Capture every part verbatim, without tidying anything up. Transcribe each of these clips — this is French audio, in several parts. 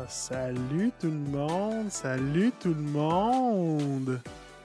Salut tout le monde, salut tout le monde.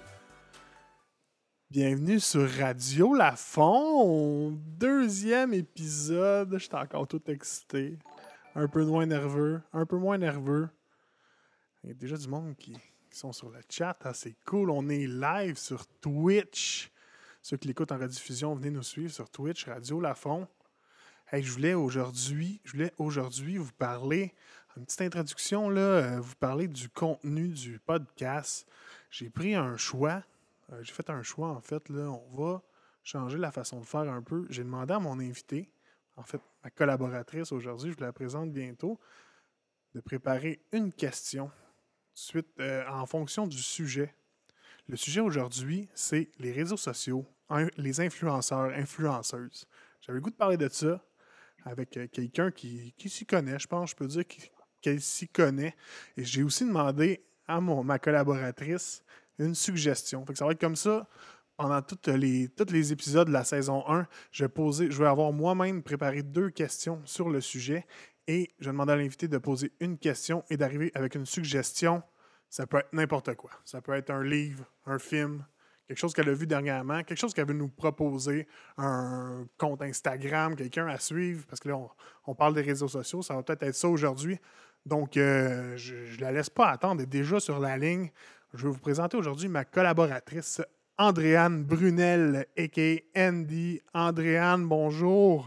Bienvenue sur Radio Lafond, deuxième épisode. J'étais encore tout excité, un peu moins nerveux, un peu moins nerveux. Il y a déjà du monde qui, qui sont sur le chat, hein, c'est cool. On est live sur Twitch. Ceux qui l'écoutent en rediffusion, venez nous suivre sur Twitch, Radio Lafond. Hey, je voulais aujourd'hui, je voulais aujourd'hui vous parler, une petite introduction, là, euh, vous parler du contenu du podcast. J'ai pris un choix, euh, j'ai fait un choix en fait, là, on va changer la façon de faire un peu. J'ai demandé à mon invité, en fait, ma collaboratrice aujourd'hui, je vous la présente bientôt, de préparer une question suite, euh, en fonction du sujet. Le sujet aujourd'hui, c'est les réseaux sociaux, un, les influenceurs, influenceuses. J'avais le goût de parler de ça avec euh, quelqu'un qui, qui s'y connaît, je pense, je peux dire qu'il- qu'elle s'y connaît. Et j'ai aussi demandé à mon, ma collaboratrice une suggestion. Fait que ça va être comme ça pendant toutes les, tous les épisodes de la saison un. Je vais, poser, je vais avoir moi-même préparé deux questions sur le sujet et je vais demander à l'invité de poser une question et d'arriver avec une suggestion. Ça peut être n'importe quoi. Ça peut être un livre, un film, quelque chose qu'elle a vu dernièrement, quelque chose qu'elle veut nous proposer, un compte Instagram, quelqu'un à suivre, parce que là, on, on parle des réseaux sociaux, ça va peut-être être ça aujourd'hui. Donc, euh, je ne la laisse pas attendre, elle est déjà sur la ligne. Je vais vous présenter aujourd'hui ma collaboratrice, Andréane Brunel, a k a. Andy. Andréane, bonjour.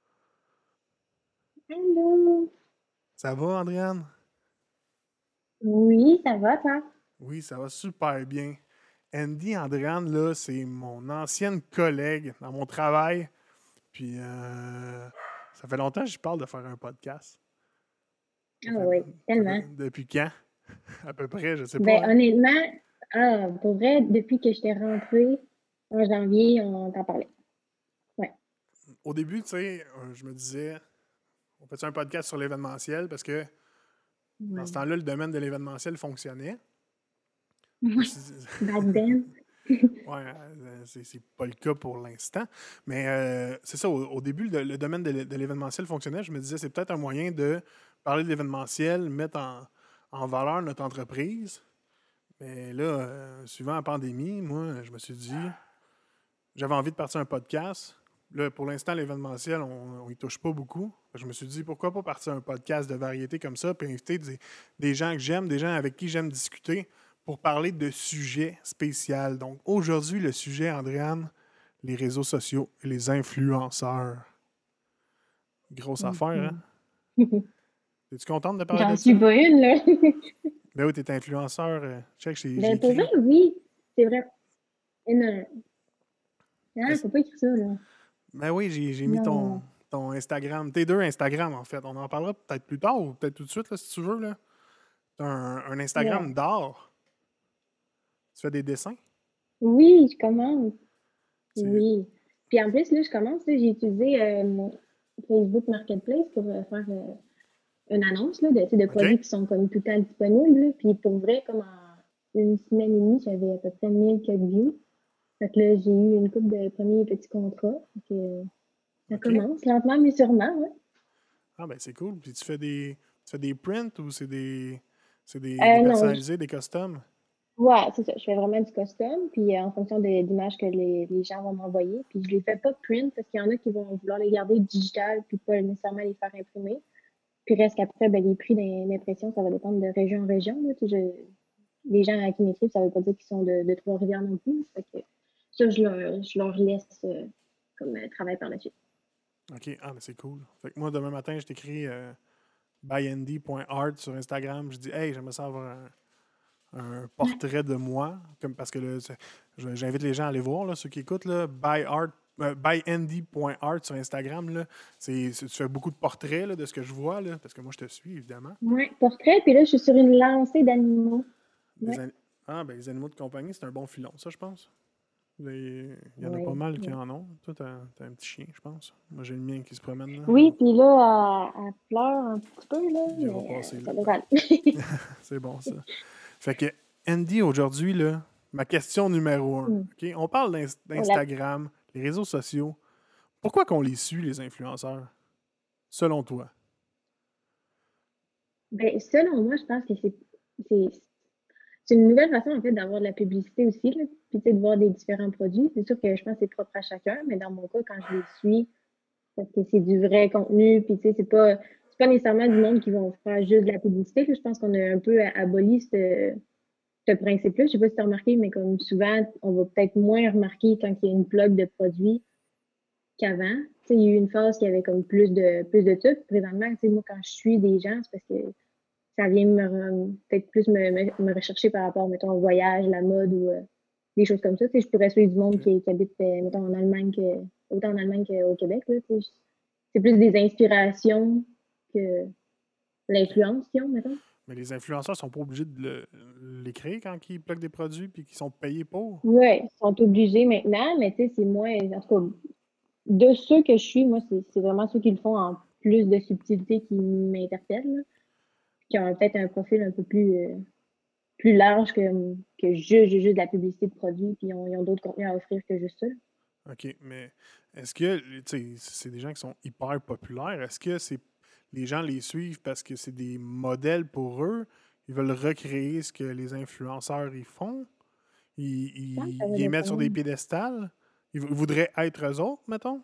Allô? Ça va, Andréane? Oui, ça va, toi? Oui, ça va super bien. Andy, Andréane, là, c'est mon ancienne collègue dans mon travail. Puis, euh, ça fait longtemps que je parle de faire un podcast. Ça Ah fait, oui, ça fait tellement. depuis quand? À peu près, je sais Ben, pas, hein? honnêtement, ah, pour vrai, depuis que j'étais rentrée en janvier, on t'en parlait. Ouais. Au début, tu sais, euh, je me disais, on fait un podcast sur l'événementiel parce que dans ce Ouais. temps-là, le domaine de l'événementiel fonctionnait. Je me Ouais. suis dit, Back then. ouais, euh, c'est, c'est pas le cas pour l'instant. Mais euh, c'est ça, au, au début, le, le domaine de, l'é- de l'événementiel fonctionnait. Je me disais, c'est peut-être un moyen de parler de l'événementiel, mettre en, en valeur notre entreprise. Mais là, euh, suivant la pandémie, moi, je me suis dit, j'avais envie de partir un podcast. Là, pour l'instant, l'événementiel, on n'y touche pas beaucoup. Je me suis dit, pourquoi pas partir un podcast de variété comme ça, puis inviter des, des gens que j'aime, des gens avec qui j'aime discuter pour parler de sujets spéciaux. Donc, aujourd'hui, le sujet, Andréane, les réseaux sociaux et les influenceurs. Grosse affaire, hein? Mhm. Es-tu contente de parler J'en de suis ça? pas une, là. Ben oui, t'es influenceur. euh, check, j'ai, j'ai Ben, pour vrai, écrit. oui. C'est vrai. Eh non, non, Est-ce- faut pas écrire ça, là. Ben oui, j'ai, j'ai mis Non, non, ton, non. ton Instagram, tes deux Instagram en fait. On en parlera peut-être plus tard ou peut-être tout de suite là, si tu veux. Là. T'as un, un Instagram Ouais. d'art. Tu fais des dessins. Oui, je commence. C'est Oui. Puis en plus, là, je commence, là, j'ai utilisé euh, mon Facebook Marketplace pour euh, faire euh, une annonce là, de, tu sais, de OK? produits qui sont comme tout le temps disponibles. Là. Puis pour vrai, comme en une semaine et demie, j'avais à peu près mille quelques views. Fait que là, j'ai eu une couple de premiers petits contrats. Fait que, euh, ça OK. commence lentement, mais sûrement, ouais. Ah ben c'est cool. Puis tu fais des. Tu fais des prints ou c'est des. C'est des, des Euh, non, je- personnalisés, des customs? ouais, c'est ça. Je fais vraiment du custom, puis euh, en fonction de d'images que les, les gens vont m'envoyer. Puis je les fais pas print parce qu'il y en a qui vont vouloir les garder digital, puis pas nécessairement les faire imprimer. Puis reste qu'après, ben, les prix d'im- d'impression, ça va dépendre de région en région. Là. Tu sais, je- les gens à qui m'écrivent, ça veut pas dire qu'ils sont de, de Trois-Rivières non plus. Fait que ça, je leur, je leur laisse euh, comme euh, travail par la suite. OK. Ah ben c'est cool. Fait que moi, demain matin, je t'écris euh, by andy point art sur Instagram. Je dis, hey, j'aimerais ça avoir un, un portrait de moi, comme parce que là, c'est- je- j'invite les gens à aller voir, là, ceux qui écoutent, là, by art, euh, by andy point art sur Instagram, là, c'est, c'est- tu fais beaucoup de portraits là, de ce que je vois, là, parce que moi je te suis évidemment. Ouais, portrait, puis là, je suis sur une lancée d'animaux. Des Ouais, an- ah, ben les animaux de compagnie, c'est un bon filon, ça je pense. Les- Il y en a pas ouais, mal qui ouais. en ont. Toi, t'as, t'as un petit chien, je pense. Moi, j'ai le mien qui se promène, là. Oui, puis là, elle, elle pleure un petit peu, là, Il ira mais passer euh, là. ça Ben, devrait aller. c'est bon, ça. Fait que, Andy, aujourd'hui, là, ma question numéro un. Hmm. OK? On parle d'Inst- Oh là. d'Instagram, les réseaux sociaux. Pourquoi qu'on les suit, les influenceurs, selon toi? Ben, selon moi, je pense que c'est c'est c'est une nouvelle façon, en fait, d'avoir de la publicité aussi, là. Puis, tu sais, de voir des différents produits. C'est sûr que je pense que c'est propre à chacun, mais dans mon cas, quand je les suis, parce que c'est du vrai contenu, puis tu sais, c'est pas, c'est pas nécessairement du monde qui vont faire juste de la publicité. Là. Je pense qu'on a un peu aboli ce, ce principe-là. Je sais pas si tu as remarqué, mais comme souvent, on va peut-être moins remarquer quand il y a une plug de produits qu'avant. Tu sais, il y a eu une phase qui avait comme plus de plus de tout. Présentement, tu sais, moi, quand je suis des gens, c'est parce que ça vient me re- peut-être plus me, me, me rechercher par rapport, mettons, au voyage, la mode ou euh, des choses comme ça. Tu sais, je pourrais suivre du monde OK. qui, qui habite, euh, mettons, en Allemagne que, autant en Allemagne qu'au Québec, là, tu sais. C'est plus des inspirations que OK. l'influence qu'ils ont, mettons. Mais les influenceurs sont pas obligés de le- l'écrire quand ils bloquent des produits puis qu'ils sont payés pour. Ouais, ils sont obligés maintenant, mais tu sais, c'est moins, en tout cas, de ceux que je suis, moi, c'est c'est vraiment ceux qui le font en plus de subtilité qui m'interpellent, là, qui ont peut-être un profil un peu plus, euh, plus large que, que juste, juste, juste de la publicité de produits, puis ils ont, ils ont d'autres contenus à offrir que juste ça. OK, mais est-ce que, tu sais, c'est des gens qui sont hyper populaires. Est-ce que c'est les gens les suivent parce que c'est des modèles pour eux? Ils veulent recréer ce que les influenceurs ils font? Ils, Je pense que ils, ça ils va les mettent sur des dépendre. piédestals? Ils, vou- voudraient être eux autres, mettons?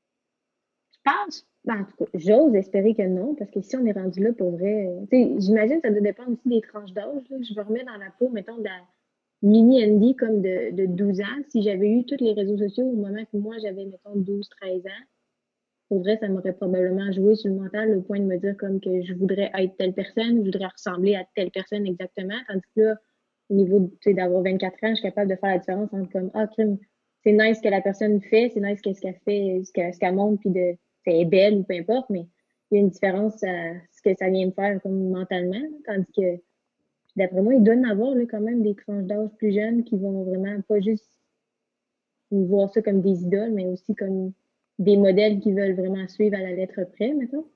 Je pense, ben, en tout cas, j'ose espérer que non, parce que si on est rendu là pour vrai, euh, tu sais, j'imagine que ça doit dépendre aussi des tranches d'âge, là. Je me remets dans la peau, mettons, de la mini Andy comme de, de douze ans. Si j'avais eu tous les réseaux sociaux au moment que moi j'avais, mettons, douze treize ans, pour vrai, ça m'aurait probablement joué sur le mental au point de me dire comme que je voudrais être telle personne, je voudrais ressembler à telle personne exactement. Tandis que là, au niveau de, tu sais, d'avoir vingt-quatre ans, je suis capable de faire la différence entre comme, ah, crime, c'est nice ce que la personne fait, c'est nice qu'est-ce qu'elle fait, ce qu'elle ce qu'elle montre, puis de, c'est elle est belle ou peu importe, mais il y a une différence à ce que ça vient me faire comme mentalement. Tandis que, d'après moi, il doit y en avoir là, quand même des tranches d'âge plus jeunes qui vont vraiment pas juste voir ça comme des idoles, mais aussi comme des modèles qui veulent vraiment suivre à la lettre près, mettons.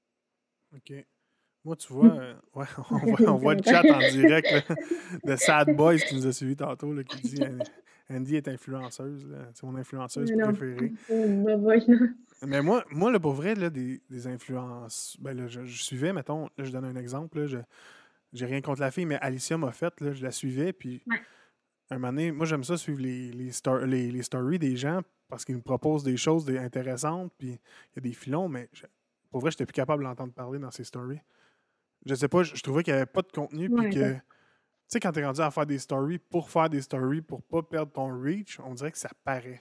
OK. Moi, tu vois, euh, ouais, on voit, on Les voit le commentaires. chat en direct là, de Sad Boys qui nous a suivis tantôt, là, qui dit euh, Andy est influenceuse, là, c'est mon influenceuse Mais non, préférée. bah, bah, non. Mais moi, moi là, pour vrai, là, des, des influences. Ben, là, je, je suivais, mettons, là, je donne un exemple. Là, je, j'ai rien contre la fille, mais Alicia Moffett, là, je la suivais. Puis, Ouais. un moment donné, moi, j'aime ça suivre les, les, stor- les, les stories des gens parce qu'ils me proposent des choses des- intéressantes. Puis, il y a des filons, mais je- pour vrai, j'étais plus capable de l'entendre parler dans ces stories. Je sais pas, je, je trouvais qu'il n'y avait pas de contenu. Puis Ouais, ça, que, tu sais, quand t'es rendu à faire des stories pour faire des stories, pour pas perdre ton reach, on dirait que ça paraît.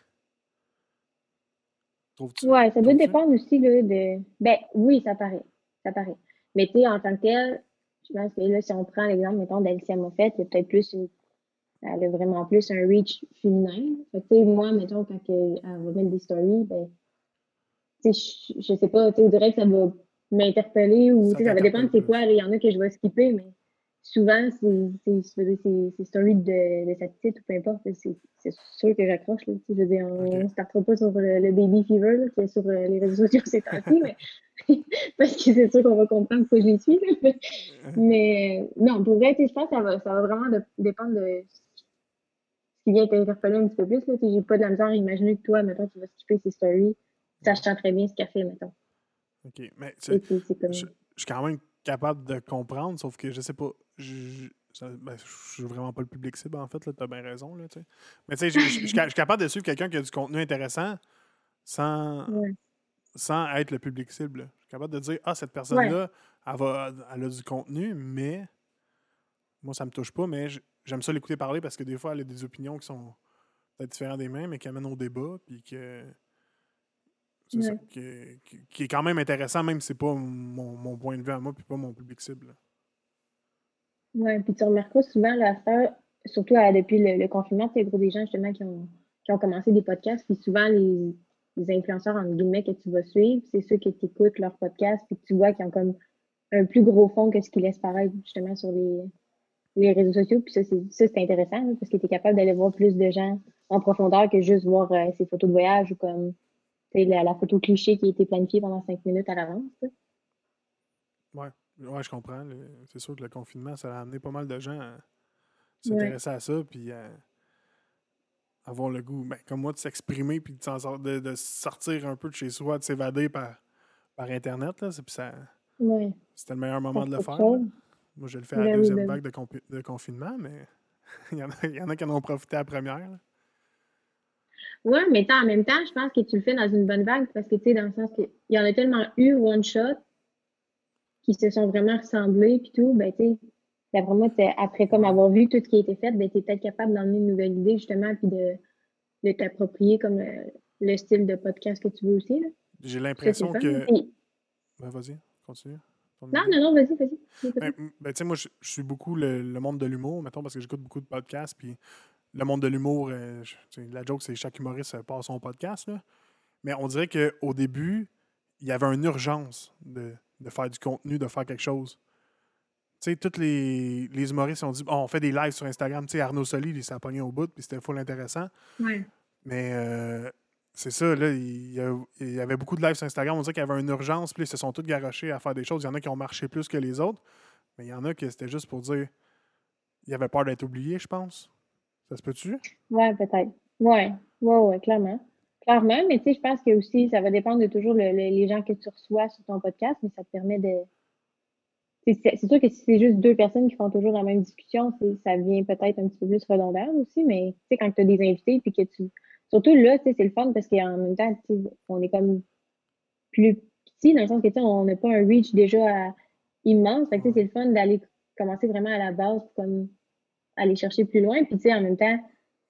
Trouves-tu? ouais, ça doit Trouves-tu? dépendre aussi là, de. Ben oui, ça paraît. Ça paraît. Mais tu sais, en tant que tel, je pense que là, si on prend l'exemple, mettons, d'Alicia Moffett, il y a peut-être plus une. Elle a vraiment plus un reach féminin. Fait que, tu sais, moi, mettons, quand elle va mettre des stories, ben, tu sais, je, je sais pas, tu sais, on dirait que ça va m'interpeller ou, tu Ça sais, ça va dépendre t'interpelle c'est quoi. plus. là. Il y en a que je vais skipper, mais souvent, c'est, c'est, c'est, c'est c'est story de, de sa petite ou peu importe, c'est, c'est sûr que j'accroche, là. Tu sais, je veux dire, on OK. ne startera pas sur le, le baby fever, là, qui est sur euh, les réseaux sociaux ces temps-ci, mais parce que c'est sûr qu'on va comprendre pourquoi je les suis, là. Mais, Euh, mais, non, pour vrai, tu sais, je pense que ça va, ça va vraiment de- dépendre de ce qui vient t'interpeller un petit peu plus, là. Tu sais, j'ai pas de la misère à imaginer que toi, mettons, tu vas skipper ses stories, ouais. sachant très bien ce qu'elle fait, mettons. OK. Mais tu sais, Et c'est c'est je, comme. je suis quand même capable de comprendre, sauf que je sais pas. Je, je, ça- ben, je suis vraiment pas le public cible, en fait. Tu as bien raison. Là, tu sais. Mais tu sais, je, je- je suis ca- je suis capable de suivre quelqu'un qui a du contenu intéressant sans, Ouais. sans être le public cible. Là. Je suis capable de dire Ah, cette Ouais. personne-là, elle, va, elle a du contenu, mais moi, ça me touche pas. Mais je- j'aime ça l'écouter parler parce que des fois, elle a des opinions qui sont peut-être différentes des mêmes, mais qui amènent au débat. Puis que c'est ça, Ouais. qui est, qui- qui est quand même intéressant, même si c'est pas mon, mon point de vue à moi, puis pas mon public cible. Là. Ouais. Puis tu remarqueras souvent, là, ça, surtout euh, depuis le, le confinement, c'est gros des gens justement qui ont, qui ont commencé des podcasts. Puis souvent, les, les influenceurs, entre guillemets, que tu vas suivre, c'est ceux qui t'écoutent leur podcast, puis que tu vois qu'ils ont comme un plus gros fond que ce qu'ils laissent paraître justement sur les, les réseaux sociaux. Puis ça, c'est ça, c'est intéressant là, parce que tu es capable d'aller voir plus de gens en profondeur que juste voir euh, ces photos de voyage ou comme tu sais, la, la photo cliché qui a été planifiée pendant cinq minutes à l'avance. Là. Ouais, ouais, je comprends. Le- C'est sûr que le confinement, ça a amené pas mal de gens à Ouais. s'intéresser à ça, puis à avoir le goût, ben, comme moi, de s'exprimer, puis de, s'en sor- de, de sortir un peu de chez soi, de s'évader par, par Internet. Là, c'est- puis ça, Ouais. C'était le meilleur moment Ça, de le c'est autre faire, là. chose. Moi, je le fais à la Ben oui, deuxième ben oui. vague de, compi- de confinement, mais il y en a, il y en a qui en ont profité à la première, là. Ouais, mais t'sais, en même temps, je pense que tu le fais dans une bonne vague parce que, tu sais, dans le sens que il y en a tellement eu one shot qui se sont vraiment ressemblés puis tout, ben, tu sais, d'après moi, t'es- après comme Ouais. avoir vu tout ce qui a été fait, ben, t'es peut-être capable d'emmener une nouvelle idée, justement, puis de, de t'approprier comme le, le style de podcast que tu veux aussi, là. J'ai Puis ça, c'est le l'impression fun, là. que. Puis- Ben, vas-y, continue ton non, idée. non, non, vas-y, vas-y. Je t'écoute. Ben, m- ben, tu sais, moi, je, je suis beaucoup le, le monde de l'humour, mettons, parce que j'écoute beaucoup de podcasts, puis le monde de l'humour, euh, je- tu sais, la joke, c'est chaque humoriste euh, part son podcast, là. Mais on dirait qu'au début, il y avait une urgence de, de faire du contenu, de faire quelque chose. Tu sais, tous les, les humoristes ont dit, oh, on fait des lives sur Instagram. Tu sais, Arnaud Soli, il s'est pogné au bout, puis c'était full intéressant. Ouais. Mais euh, c'est ça, là, il y, a- il y avait beaucoup de lives sur Instagram. On dirait qu'il y avait une urgence, puis ils se sont tous garochés à faire des choses. Il y en a qui ont marché plus que les autres, mais il y en a qui c'était juste pour dire, il avait peur d'être oublié, je pense. Ça se peut-tu? Ouais, peut-être. Ouais, ouais, ouais, clairement. Clairement, mais tu sais, je pense que aussi, ça va dépendre de toujours le- le- les gens que tu reçois sur ton podcast, mais ça te permet de. C'est c'est- c'est sûr que si c'est juste deux personnes qui font toujours la même discussion, c'est- ça devient peut-être un petit peu plus redondant aussi, mais tu sais, quand tu as des invités, puis que tu. Surtout là, tu sais, c'est le fun parce qu'en même temps, tu sais, on est comme plus petit, dans le sens que, tu sais, on n'a pas un reach déjà à- immense. Fait que, tu sais, c'est Ouais. le fun d'aller commencer vraiment à la base pour comme aller chercher plus loin. Puis, tu sais, en même temps,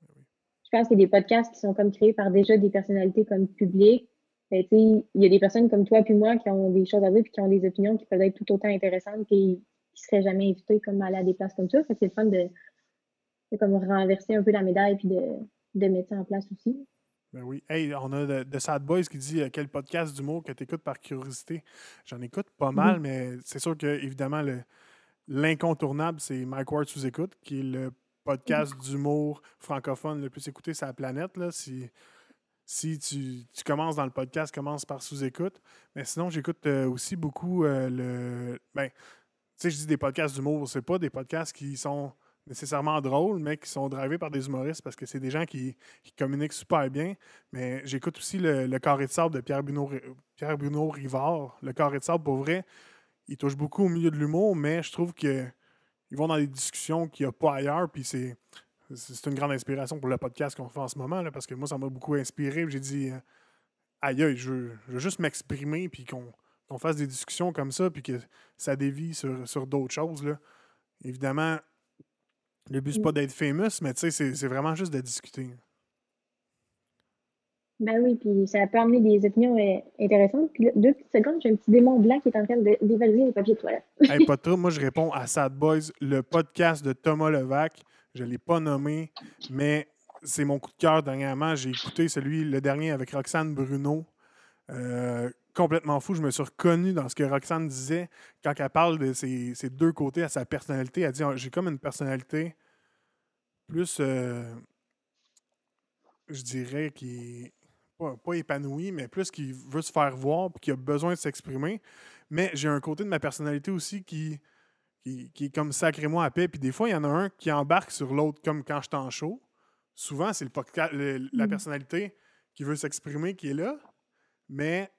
je pense qu'il y a des podcasts qui sont comme créés par déjà des personnalités comme publiques. Ben, tu sais, il y a des personnes comme toi puis moi qui ont des choses à dire puis qui ont des opinions qui peuvent être tout autant intéressantes et qui seraient jamais invitées comme à aller à des places comme ça. Fait que c'est le fun de, de comme renverser un peu la médaille puis de, de mettre ça en place aussi. Ben oui. Hey, on a de, de Sad Boys qui dit euh, quel podcast d'humour que tu écoutes par curiosité. J'en écoute pas mal, Mhm. mais c'est sûr que évidemment le, l'incontournable, c'est Mike Ward sous écoute, qui est le podcast d'humour francophone le plus écouté sur la planète. Là. Si, si tu, tu commences dans le podcast, commence par sous-écoute. Mais sinon, j'écoute euh, aussi beaucoup euh, le. Ben, tu sais, je dis des podcasts d'humour, c'est pas des podcasts qui sont nécessairement drôles, mais qui sont drivés par des humoristes parce que c'est des gens qui, qui communiquent super bien. Mais j'écoute aussi le, le Carré de sable de Pierre Bruno, Pierre Bruno Rivard. Le Carré de sable, pour vrai, il touche beaucoup au milieu de l'humour, mais je trouve que ils vont dans des discussions qu'il n'y a pas ailleurs, puis c'est, c'est une grande inspiration pour le podcast qu'on fait en ce moment, là, parce que moi, ça m'a beaucoup inspiré. J'ai dit, euh, aïe, aïe, je veux, je veux juste m'exprimer, puis qu'on, qu'on fasse des discussions comme ça, puis que ça dévie sur, sur d'autres choses. Là. Évidemment, le but, c'est pas d'être famous, mais tu sais, c'est, c'est vraiment juste de discuter. Ben oui, puis ça peut amener des opinions euh, intéressantes. Puis là, deux petites secondes, j'ai un petit démon blanc qui est en train de- d'évaluer les papiers de toilette. Hey, pas de trouble, moi, je réponds à Sad Boys, le podcast de Thomas Levac. Je ne l'ai pas nommé, mais c'est mon coup de cœur dernièrement. J'ai écouté celui, le dernier avec Roxane Bruno. Euh, complètement fou. Je me suis reconnu dans ce que Roxane disait quand elle parle de ses, ses deux côtés à sa personnalité. Elle dit j'ai comme une personnalité plus, euh, je dirais, qui est pas, pas épanouie, mais plus qui veut se faire voir et qui a besoin de s'exprimer. Mais j'ai un côté de ma personnalité aussi qui, qui, qui est comme sacré-moi à paix. Puis des fois, il y en a un qui embarque sur l'autre, comme quand je suis en show. Souvent, c'est le, podca- le- la Mm. personnalité qui veut s'exprimer qui est là. Mais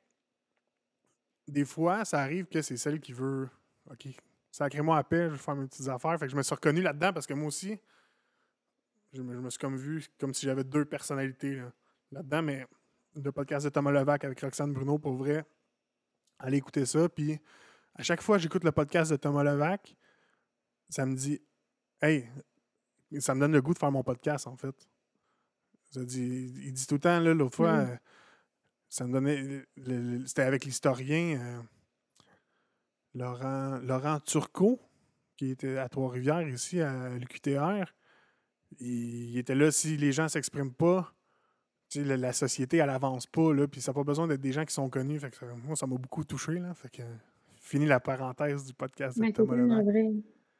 des fois, ça arrive que c'est celle qui veut. OK, sacrez-moi à paix, je vais faire mes petites affaires. Fait que je me suis reconnu là-dedans parce que moi aussi, je me, je me suis comme vu comme si j'avais deux personnalités là, là-dedans. Mais le podcast de Thomas Levac avec Roxane Bruno, pour vrai, allez écouter ça. Puis à chaque fois que j'écoute le podcast de Thomas Levac, ça me dit hey, ça me donne le goût de faire mon podcast en fait. Ça dit, il dit tout le temps, là, l'autre fois, Mm. euh, ça me donnait. le- le- C'était avec l'historien euh, Laurent, Laurent Turcot, qui était à Trois-Rivières, ici, à l'U Q T R. Il, il était là, si les gens ne s'expriment pas, tu sais, la, la société, elle avance pas, là, puis ça n'a pas besoin d'être des gens qui sont connus. Fait que ça- moi, ça m'a beaucoup touché, là. Fait que, fini la parenthèse du podcast de Ben, c'est Thomas tellement Levac. vrai.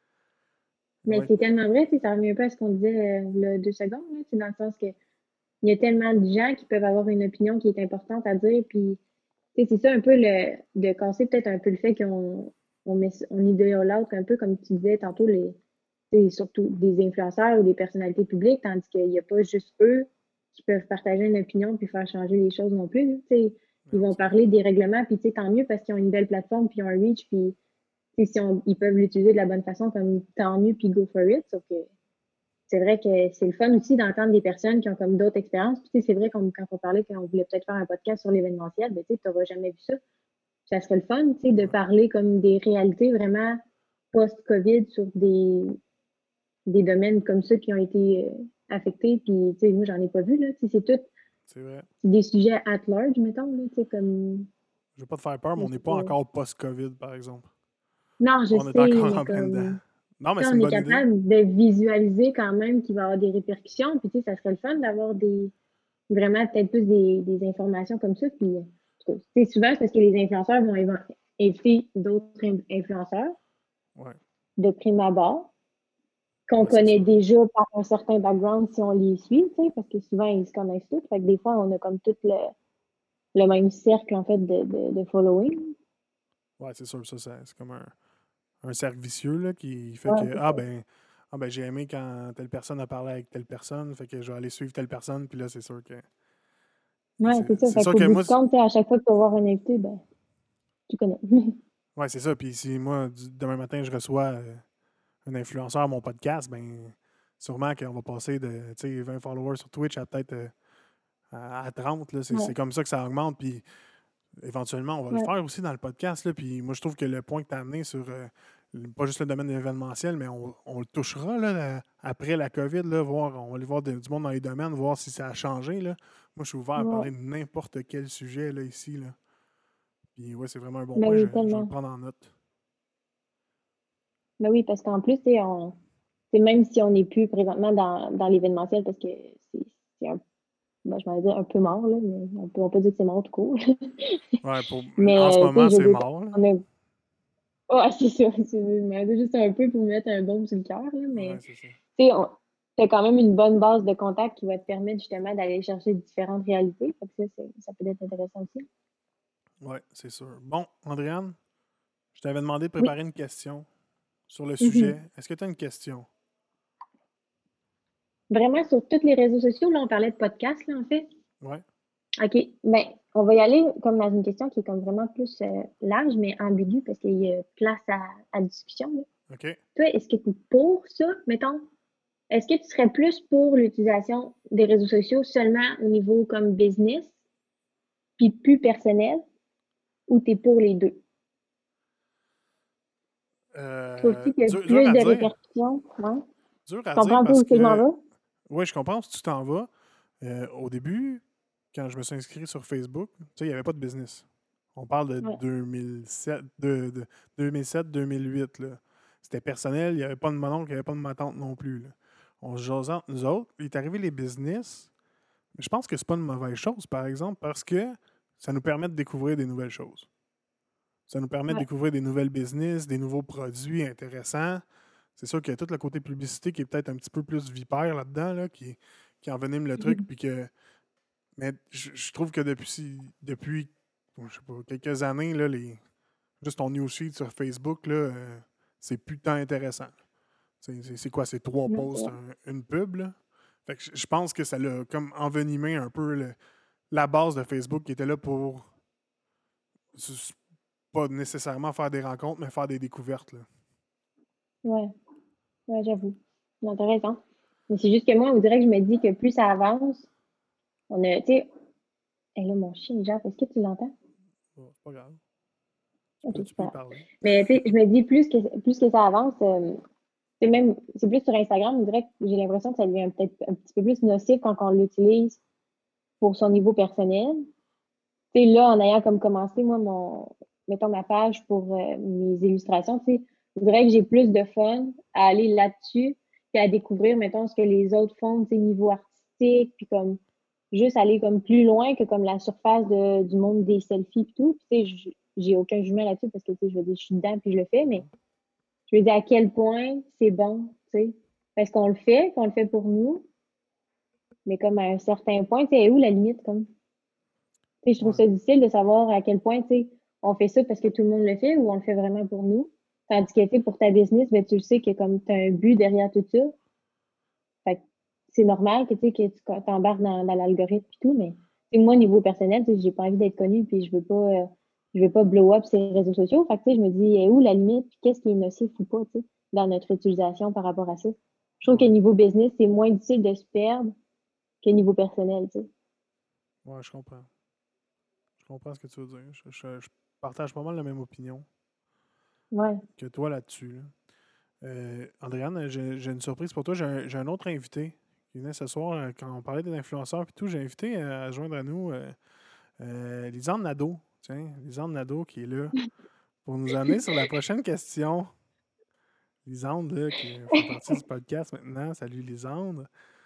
Mais Ouais, c'est tellement vrai, tu sais, ça revient un peu à ce qu'on disait euh, là, deux secondes, là, tu sais, dans le sens que il y a tellement de gens qui peuvent avoir une opinion qui est importante à dire, puis tu sais, c'est ça un peu le, de casser peut-être un peu le fait qu'on on met, on idolâtre un peu, comme tu disais tantôt, les, tu sais, surtout des influenceurs ou des personnalités publiques, tandis qu'il n'y a pas juste eux qui peuvent partager une opinion puis faire changer les choses non plus, là, tu sais. Ils Non, vont c'est vrai. parler des règlements, puis tu sais, tant mieux parce qu'ils ont une belle plateforme, puis ils ont un reach, puis tu sais, si on, ils peuvent l'utiliser de la bonne façon, comme tant mieux, puis go for it. Sauf que c'est vrai que c'est le fun aussi d'entendre des personnes qui ont comme d'autres expériences. Puis tu sais, c'est vrai comme quand on parlait qu'on voulait peut-être faire un podcast sur l'événementiel, ben tu sais, t'auras jamais vu ça. Ça serait le fun, tu sais, de Ouais. parler comme des réalités vraiment post-COVID sur des, des domaines comme ceux qui ont été euh, affectés. Puis, tu sais, moi, j'en ai pas vu, là. Tu sais, c'est tout C'est vrai. c'est des sujets at large, mettons, là, tu sais, comme, Je veux pas te faire peur, mais je on n'est sais pas pas. encore post-COVID, par exemple. Non, je On est sais, encore mais en plein dedans. comme, Non, mais tu sais, c'est on une est bonne idée. capable de visualiser quand même qu'il va y avoir des répercussions. Puis, tu sais, ça serait le fun d'avoir des, vraiment peut-être plus des, des informations comme ça. Puis, en tout cas, tu sais, souvent, c'est parce que les influenceurs vont inv- inviter d'autres in- influenceurs Ouais. de prime abord, qu'on Ouais, c'est connaît sûr. déjà par un certain background si on les suit, tu sais, parce que souvent, ils se connaissent tous. Fait que des fois, on a comme tout le, le même cercle, en fait, de, de, de following. Ouais, c'est sûr. Ça, ça- c'est comme un, un cercle vicieux là, qui fait Ouais, que, c'est ah ça. ben, ah ben, j'ai aimé quand telle personne a parlé avec telle personne, fait que je vais aller suivre telle personne, puis là, c'est sûr que. Ouais, C'est c'est ça. c'est Fait sûr qu'au que bout moi, du c'est- compte, tu sais, à chaque fois que tu vas voir un invité, ben, tu connais. ouais, c'est ça. Puis si moi, du- demain matin, je reçois euh, un influenceur à mon podcast, ben, sûrement qu'on va passer de tu sais, vingt followers sur Twitch à peut-être euh, à, à trente. Là. C'est, Ouais, c'est comme ça que ça augmente. Puis éventuellement, on va le ouais, faire aussi dans le podcast. Là. Puis moi, je trouve que le point que tu as amené sur euh, le- pas juste le domaine événementiel, mais on, on le touchera là, la- après la COVID, là, voir, on va aller voir de- du monde dans les domaines, voir si ça a changé. Là. Moi, je suis ouvert à ouais. parler de n'importe quel sujet là, ici. Là. Puis ouais, c'est vraiment un bon Ben point. Je, oui, je vais le tellement. prendre en note. Ben oui, parce qu'en plus, tu sais, on, c'est même si on n'est plus présentement dans, dans l'événementiel, parce que c'est c'est un, ben, je m'en dire un peu mort, là, mais on peut, on peut dire que c'est mort tout court. Ouais, pour, en ce Mais, euh, tu sais, moment, je veux c'est dire, mort. Là. on a, ouais, c'est ça. C'est je m'en dis juste un peu pour me mettre un baume sur le cœur, là, Ouais, mais, c'est ça. tu sais, on- t'as quand même une bonne base de contact qui va te permettre justement d'aller chercher différentes réalités. Fait que ça, c'est- ça peut être intéressant aussi. Ouais, c'est sûr. Bon, Andréane, je t'avais demandé de Oui. préparer une question sur le Mhm. sujet. Est-ce que tu as une question? Vraiment, sur tous les réseaux sociaux, là, on parlait de podcast, là, en fait. Ouais. OK. Ben, on va y aller comme dans une question qui est comme vraiment plus euh, large, mais ambiguë, parce qu'il y a place à, à discussion, là. OK. Toi, est-ce que tu es pour ça, mettons? Est-ce que tu serais plus pour l'utilisation des réseaux sociaux seulement au niveau comme business, puis plus personnel, ou tu es pour les deux? Euh, Trouves-tu qu'il y a dur, dur plus à de dire. répercussions? Ouais. Dur Tu à dire comprends un peu parce où est-ce que je m'en que, vais? oui, je comprends où tu t'en vas. Euh, au début, quand je me suis inscrit sur Facebook, tu sais, il n'y avait pas de business. On parle de Ouais. deux mille sept, de, de deux mille sept deux mille huit. Là. C'était personnel, il n'y avait pas de mon oncle, il n'y avait pas de ma tante non plus. Là. On se jasait entre nous autres. Puis il est arrivé les business. Mais je pense que c'est pas une mauvaise chose, par exemple, parce que ça nous permet de découvrir des nouvelles choses. Ça nous permet de Ouais. découvrir des nouvelles business, des nouveaux produits intéressants. C'est sûr qu'il y a tout le côté publicité qui est peut-être un petit peu plus vipère là-dedans, là, qui, qui envenime le truc. Puis que, mais je, je trouve que depuis, depuis je sais pas, quelques années, là, les, juste ton newsfeed sur Facebook, là, euh, c'est plus tant intéressant. C'est, c'est- c'est quoi? C'est trois Non, c'est posts, vrai. un- une pub. Là? Fait que je je pense que ça l'a comme envenimé un peu le- la base de Facebook qui était là pour s- pas nécessairement faire des rencontres, mais faire des découvertes. Là. Ouais. Ouais, j'avoue. Non, t'as raison. Mais c'est juste que moi, on dirait que je me dis que plus ça avance, on a, tu sais, et là, mon chien, genre, est-ce que tu l'entends? Bon, c'est pas grave. Tu Ok, peux, tu peux y super. parler. Mais tu sais, je me dis plus que plus que ça avance, euh, c'est même c'est plus sur Instagram, on dirait que j'ai l'impression que ça devient peut-être un petit peu plus nocif quand on l'utilise pour son niveau personnel. Tu sais, là, en ayant comme commencé, moi, mon mettons ma page pour euh, mes illustrations, tu sais, je dirais que j'ai plus de fun à aller là-dessus puis à découvrir, mettons, ce que les autres font, tu sais, niveau artistique, puis comme juste aller comme plus loin que comme la surface de, du monde des selfies et tout. Puis, tu sais, j- j'ai aucun jugement là-dessus parce que, tu sais, je veux dire, je suis dedans puis je le fais, mais je veux dire à quel point c'est bon, tu sais. Parce qu'on le fait, qu'on le fait pour nous, mais comme à un certain point, tu sais, où la limite, comme? Tu sais, je trouve Ouais. ça difficile de savoir à quel point, tu sais, on fait ça parce que tout le monde le fait ou on le fait vraiment pour nous. Tandis que, tu sais, pour ta business, ben, tu le sais que comme tu as un but derrière tout ça, fait que c'est normal que, tu sais, que tu t'embarques dans, dans l'algorithme et tout, mais tu sais, moi, niveau personnel, tu sais, j'ai pas envie d'être connue, puis je veux pas, euh, je veux pas blow up sur les réseaux sociaux. Fait que, tu sais, je me dis, est où la limite, puis qu'est-ce qui est nocif ou pas, tu sais, dans notre utilisation par rapport à ça. Je trouve que Ouais, niveau business, c'est moins difficile de se perdre que niveau personnel, tu sais. ouais, je comprends. Je comprends ce que tu veux dire. Je, je- je partage pas mal la même opinion Ouais. que toi là-dessus. Là. Euh, Andréane, j'ai j'ai une surprise pour toi. J'ai un, j'ai un autre invité qui venait ce soir euh, quand on parlait des influenceurs et tout. J'ai invité euh, à joindre à nous euh, euh, Lisande Nadeau. Tiens, Lisande Nadeau qui est là pour nous amener sur la prochaine question. Lisande, là, qui fait partie du podcast maintenant. Salut Lisande.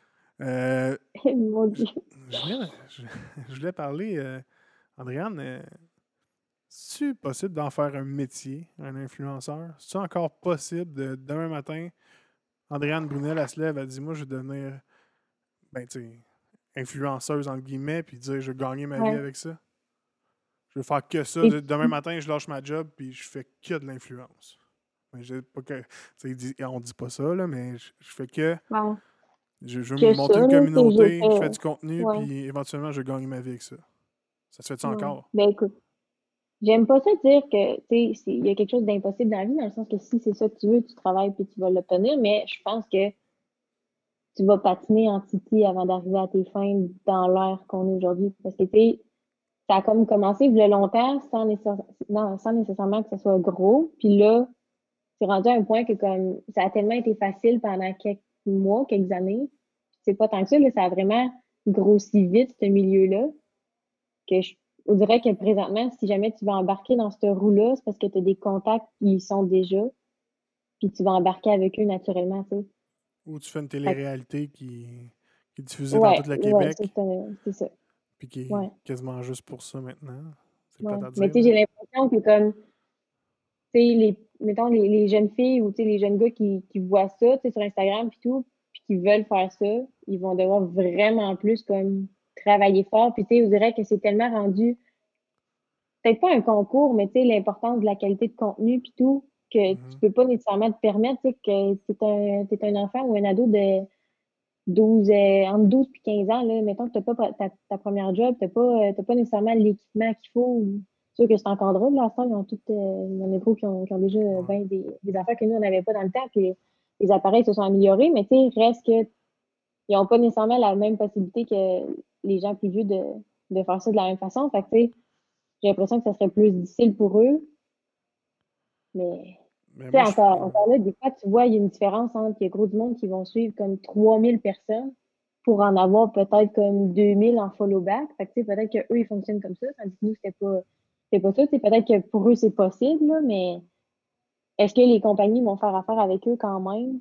Euh, Mon je, Dieu. je voulais, je, je voulais parler, euh, Andréane, euh, c'est-tu possible d'en faire un métier, un influenceur? C'est-tu encore possible de demain matin, Andréane Brunel, elle se lève, elle dit moi, je vais devenir, ben, tu sais, influenceuse, entre guillemets, puis dire je vais gagner ma vie Ouais. avec ça? Je veux faire que ça. Et Demain matin, je lâche ma job, puis je fais que de l'influence. Mais j'ai pas que, tu sais, on dit pas ça, là, mais je, je fais que. ouais. Je, je veux me Que monter ça, une là, tu sais, j'ai communauté, je fais fait. du contenu, Ouais. puis éventuellement, je gagne ma vie avec ça. Ça se fait-tu Ouais. encore? Ben écoute, j'aime pas ça dire que, tu sais, c'est- il y a quelque chose d'impossible dans la vie, dans le sens que si c'est ça que tu veux, tu travailles puis tu vas l'obtenir, mais je pense que tu vas patiner en titi avant d'arriver à tes fins dans l'ère qu'on est aujourd'hui. Parce que, tu sais, ça a comme commencé il y a longtemps sans, nécess- non, sans nécessairement que ce soit gros. Puis là, c'est rendu à un point que comme ça a tellement été facile pendant quelques mois, quelques années. C'est pas tant que ça, là, ça a vraiment grossi vite, ce milieu-là, que je on dirait que présentement, si jamais tu vas embarquer dans cette roue-là, c'est parce que tu as des contacts qui y sont déjà, puis tu vas embarquer avec eux naturellement, tu sais. Ou tu fais une Fait que, télé-réalité qui, qui est diffusée dans ouais, tout le ouais, ça, Québec, c'est un- c'est ça. puis qui est Ouais, quasiment juste pour ça maintenant. C'est ouais. plate à Mais dire, tu sais, là. j'ai l'impression que comme tu sais, les, mettons, les, les jeunes filles ou tu sais, les jeunes gars qui, qui voient ça, tu sais, sur Instagram puis tout, puis qui veulent faire ça, ils vont devoir vraiment plus comme travailler fort. Puis tu sais, on dirait que c'est tellement rendu, peut-être pas un concours, mais tu sais, l'importance de la qualité de contenu puis tout, que tu Mhm. peux pas nécessairement te permettre, tu sais, que t'es un, t'es un enfant ou un ado de douze euh, entre douze puis quinze ans, là, mettons que t'as pas ta, ta première job, t'as pas, euh, t'as pas nécessairement l'équipement qu'il faut. Ou- C'est sûr que c'est encore drôle, là, ça, ils ont toutes, euh, il y en a beaucoup qui ont, qui ont déjà euh, Ouais. ben, des, des affaires que nous, on n'avait pas dans le temps, puis les, les appareils se sont améliorés, mais tu sais, reste que ils n'ont pas nécessairement la même possibilité que les gens plus vieux de, de faire ça de la même façon. Fait que, tu sais, j'ai l'impression que ça serait plus difficile pour eux, mais Mais tu sais, moi, je. encore, encore là, des fois, tu vois, il y a une différence entre, il y a gros du monde qui vont suivre comme trois mille personnes pour en avoir peut-être comme deux mille en follow back. Fait que, tu sais, peut-être qu'eux, ils fonctionnent comme ça, tandis que nous, c'était pas, c'était pas ça. Tu sais, peut-être que pour eux, c'est possible, là, mais est-ce que les compagnies vont faire affaire avec eux quand même?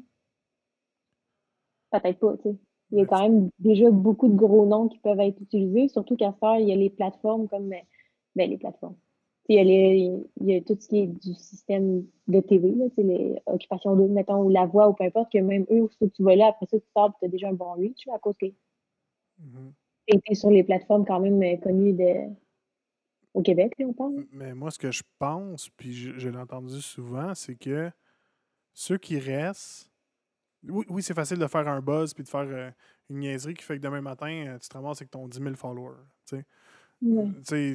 Peut-être pas, tu sais. Il y a Ben, quand tu- même déjà beaucoup de gros noms qui peuvent être utilisés, surtout qu'à ce heure, il y a les plateformes comme, ben, les plateformes. Il y a les, il y a tout ce qui est du système de T V, là, tu sais, les occupations doubles, mettons, ou la voix, ou peu importe, que même eux, aussitôt que tu vas là, après ça, tu sors, tu as déjà un bon reach, là, à cause que Mhm. tu es sur les plateformes quand même euh, connues de, au Québec, là, on parle. Mais moi, ce que je pense, puis je, je l'ai entendu souvent, c'est que ceux qui restent. Oui, oui, c'est facile de faire un buzz puis de faire euh, une niaiserie qui fait que demain matin, euh, tu te ramasses avec ton dix mille followers. Tu sais, Euh, Ouais. tu sais,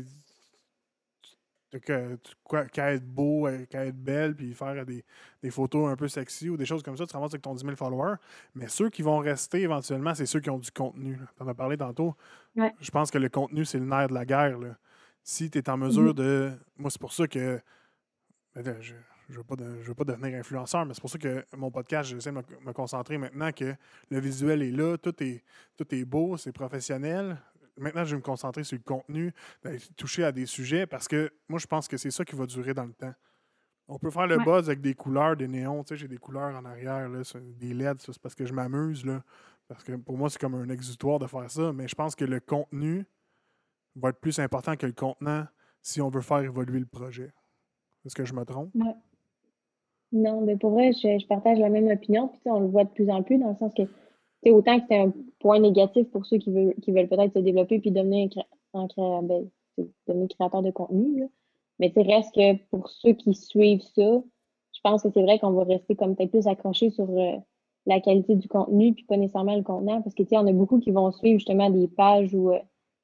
que, que- quoi- qu'à être beau, euh, qu'à être belle, puis faire des, des photos un peu sexy ou des choses comme ça, tu te ramasses avec ton dix mille followers. Mais ceux qui vont rester éventuellement, c'est ceux qui ont du contenu. Tu en as parlé tantôt. Ouais. Je pense que le contenu, c'est le nerf de la guerre. Là. Si tu es en Mhm. mesure de. Moi, c'est pour ça que. Ben là, je ne veux, pas de- je veux pas devenir influenceur, mais c'est pour ça que mon podcast, j'essaie de me, me concentrer maintenant que le visuel est là, tout est, tout est beau, c'est professionnel. Maintenant, je vais me concentrer sur le contenu, d'aller toucher à des sujets parce que moi, je pense que c'est ça qui va durer dans le temps. On peut faire le Ouais. buzz avec des couleurs, des néons. Tu sais, j'ai des couleurs en arrière, là, c'est des L E D, ça, c'est parce que je m'amuse. Là, parce que pour moi, c'est comme un exutoire de faire ça. Mais je pense que le contenu va être plus important que le contenant si on veut faire évoluer le projet. Est-ce que je me trompe? Ouais. Non, mais pour vrai, je, je partage la même opinion. Puis, tu sais, on le voit de plus en plus dans le sens que, tu sais, autant que c'est un point négatif pour ceux qui veulent, qui veulent peut-être se développer puis devenir un, cré- un cré- ben, tu sais, devenir créateur de contenu, là. Mais tu sais, reste que pour ceux qui suivent ça, je pense que c'est vrai qu'on va rester comme peut-être plus accroché sur euh, la qualité du contenu puis pas nécessairement le contenant. Parce que, tu sais, on a beaucoup qui vont suivre justement des pages où euh,